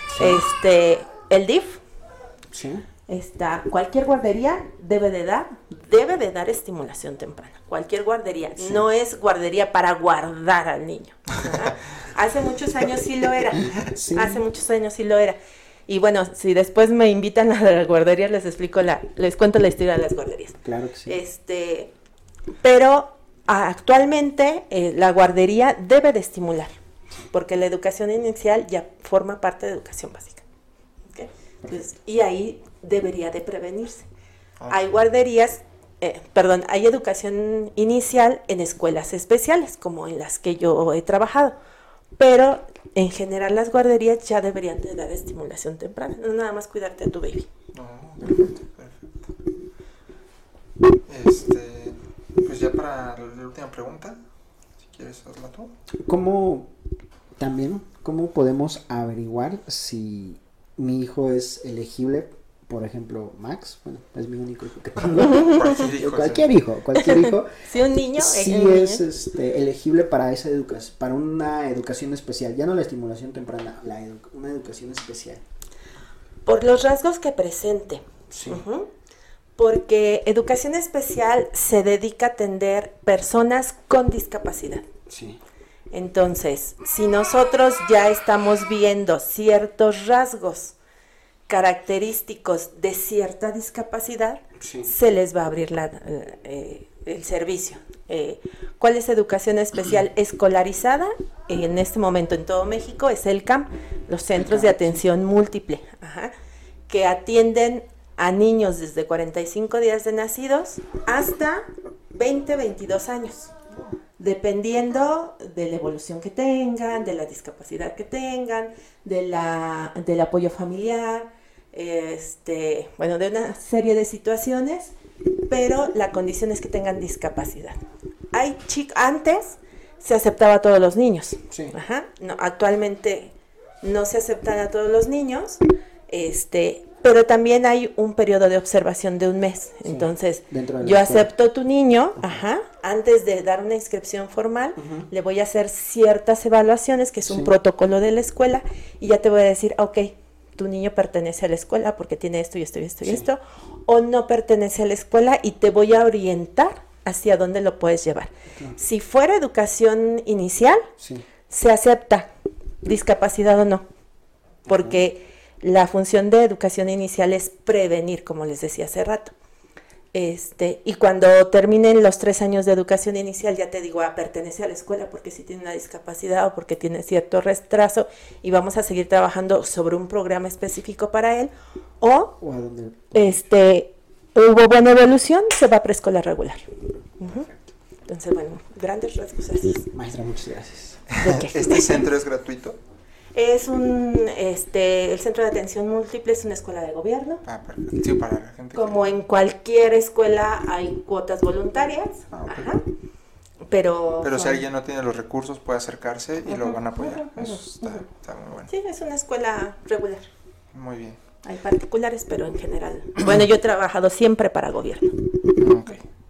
Speaker 3: Este, el D I F,
Speaker 2: Sí.
Speaker 3: está, cualquier guardería debe de dar, debe de dar estimulación temprana. Cualquier guardería,
Speaker 2: Sí.
Speaker 3: no es guardería para guardar al niño. Ajá. Hace muchos años sí lo era.
Speaker 2: Sí.
Speaker 3: Hace muchos años sí lo era. Y bueno, si después me invitan a la guardería, les explico la, les cuento la historia de las guarderías.
Speaker 2: Claro que sí.
Speaker 3: Este, pero actualmente eh, la guardería debe de estimular, porque la educación inicial ya forma parte de educación básica. ¿Ok? Entonces, y ahí debería de prevenirse.
Speaker 1: Ok.
Speaker 3: Hay guarderías eh, perdón, hay educación inicial en escuelas especiales, como en las que yo he trabajado, pero en general las guarderías ya deberían de dar estimulación temprana, no nada más cuidarte a tu baby.
Speaker 1: Oh, perfecto, perfecto. Este, pues ya para la última pregunta, si quieres hazla tú.
Speaker 2: ¿Cómo también, cómo podemos averiguar si mi hijo es elegible? Por ejemplo, Max, bueno, es mi único hijo que tengo.
Speaker 1: Cualquier hijo,
Speaker 2: cualquier
Speaker 1: sí.
Speaker 2: hijo, cualquier hijo.
Speaker 3: Si un niño
Speaker 2: sí
Speaker 3: un
Speaker 2: es
Speaker 3: niño.
Speaker 2: Este, elegible para esa educación, para una educación especial, ya no la estimulación temprana, la edu una educación especial.
Speaker 3: Por los rasgos que presente.
Speaker 2: Sí.
Speaker 3: Uh-huh. Porque educación especial se dedica a atender personas con discapacidad.
Speaker 2: Sí.
Speaker 3: Entonces, si nosotros ya estamos viendo ciertos rasgos característicos de cierta discapacidad,
Speaker 2: Sí.
Speaker 3: se les va a abrir la, eh, el servicio. Eh, ¿Cuál es educación especial escolarizada? En este momento en todo México es el C A M, los Centros de Atención Múltiple, ajá, que atienden a niños desde cuarenta y cinco días de nacidos hasta veinte, veintidós años. Dependiendo de la evolución que tengan, de la discapacidad que tengan, de la, del apoyo familiar, este, bueno, de una serie de situaciones, pero la condición es que tengan discapacidad. Hay chic- antes se aceptaba a todos los niños,
Speaker 2: Sí.
Speaker 3: ajá, no, actualmente no se aceptan a todos los niños, este, pero también hay un periodo de observación de un mes.
Speaker 2: Sí,
Speaker 3: entonces,
Speaker 2: dentro de la
Speaker 3: yo
Speaker 2: escuela.
Speaker 3: acepto tu niño, ajá, antes de dar una inscripción formal,
Speaker 2: Ujú.
Speaker 3: le voy a hacer ciertas evaluaciones, que es un
Speaker 2: Sí.
Speaker 3: protocolo de la escuela, y ya te voy a decir, ok, tu niño pertenece a la escuela porque tiene esto y esto y esto y
Speaker 2: Sí.
Speaker 3: esto, o no pertenece a la escuela, y te voy a orientar hacia dónde lo puedes llevar.
Speaker 2: Claro.
Speaker 3: Si fuera educación inicial,
Speaker 2: Sí.
Speaker 3: se acepta, discapacidad o no, porque la función de educación inicial es prevenir, como les decía hace rato. Este, y cuando terminen los tres años de educación inicial, ya te digo, ah, pertenece a la escuela porque sí tiene una discapacidad o porque tiene cierto retraso, y vamos a seguir trabajando sobre un programa específico para él, o
Speaker 2: O a donde.
Speaker 3: este, hubo buena evolución, se va a preescolar regular. Ujú. Entonces, bueno, grandes rasgos así.
Speaker 2: Maestra, muchas gracias.
Speaker 3: ¿De qué?
Speaker 1: ¿Este centro es gratuito?
Speaker 3: Es un, este, el Centro de Atención Múltiple es una escuela de gobierno.
Speaker 1: Ah, perfecto. Sí, para la gente.
Speaker 3: Como
Speaker 1: que...
Speaker 3: en cualquier escuela hay cuotas voluntarias,
Speaker 1: Ah, ok.
Speaker 3: ajá, pero...
Speaker 1: Pero si
Speaker 3: son-
Speaker 1: alguien no tiene los recursos, puede acercarse y lo
Speaker 3: Ujú,
Speaker 1: van a apoyar.
Speaker 3: ujú,
Speaker 1: Eso
Speaker 3: ujú,
Speaker 1: está,
Speaker 3: ujú.
Speaker 1: está muy bueno.
Speaker 3: Sí, es una escuela regular.
Speaker 1: Muy bien.
Speaker 3: Hay particulares, pero en general. Bueno, yo he trabajado siempre para gobierno.
Speaker 1: Ok.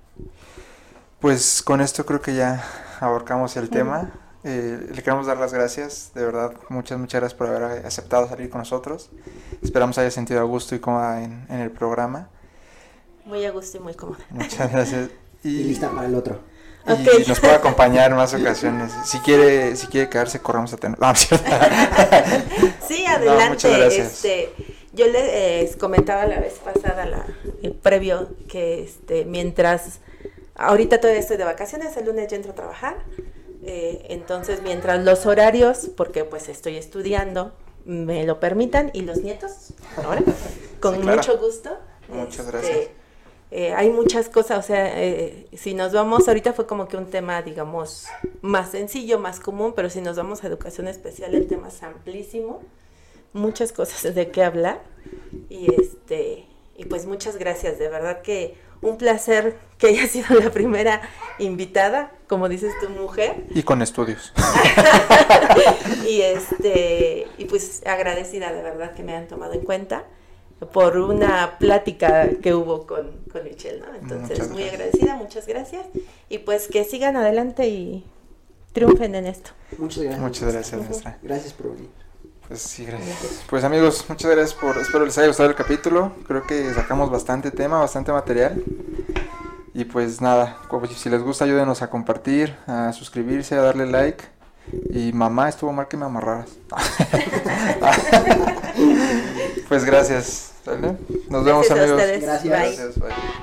Speaker 1: Pues con esto creo que ya abarcamos el tema. Eh, le queremos dar las gracias, de verdad, muchas, muchas gracias por haber aceptado salir con nosotros. Esperamos haya sentido a gusto y cómoda en, en el programa.
Speaker 3: Muy a gusto y muy cómoda.
Speaker 1: Muchas gracias.
Speaker 2: Y
Speaker 1: Y,
Speaker 2: lista para el otro.
Speaker 1: y
Speaker 3: Ok.
Speaker 1: nos puede acompañar en más ocasiones. Si quiere, si quiere quedarse, corramos a tener. No, es cierto.
Speaker 3: Sí,
Speaker 1: No,
Speaker 3: adelante.
Speaker 1: muchas gracias.
Speaker 3: Este, yo les eh, comentaba la vez pasada, la, el previo, que este, mientras, ahorita todavía estoy de vacaciones, el lunes yo entro a trabajar, eh, entonces mientras los horarios, porque pues estoy estudiando, me lo permitan, y los nietos, ahora, con
Speaker 1: Sí, claro.
Speaker 3: mucho gusto.
Speaker 1: Muchas
Speaker 3: este,
Speaker 1: gracias.
Speaker 3: eh, hay muchas cosas, o sea, eh, si nos vamos, ahorita fue como que un tema, digamos, más sencillo, más común, pero si nos vamos a educación especial, el tema es amplísimo, muchas cosas de qué hablar, y este, y pues muchas gracias, de verdad que un placer que haya sido la primera invitada, como dices tu mujer,
Speaker 1: Y con estudios.
Speaker 3: y este, y pues agradecida de verdad que me hayan tomado en cuenta por una plática que hubo con, con Michelle, ¿no? Entonces,
Speaker 1: Muchas
Speaker 3: muy
Speaker 1: gracias.
Speaker 3: agradecida, muchas gracias, y pues que sigan adelante y triunfen en esto.
Speaker 2: Muchas gracias.
Speaker 1: Muchas gracias, maestra.
Speaker 2: Gracias por venir.
Speaker 1: Pues sí, gracias. Pues amigos, muchas gracias por, espero les haya gustado el capítulo. Creo que sacamos bastante tema, bastante material. Y pues nada, como si les gusta, ayúdenos a compartir, a suscribirse, a darle like. Y mamá, estuvo mal que me amarraras. Pues gracias, ¿sale? Nos vemos,
Speaker 3: Gracias a
Speaker 1: amigos.
Speaker 3: ustedes.
Speaker 2: Gracias.
Speaker 3: Bye.
Speaker 1: Gracias, bye.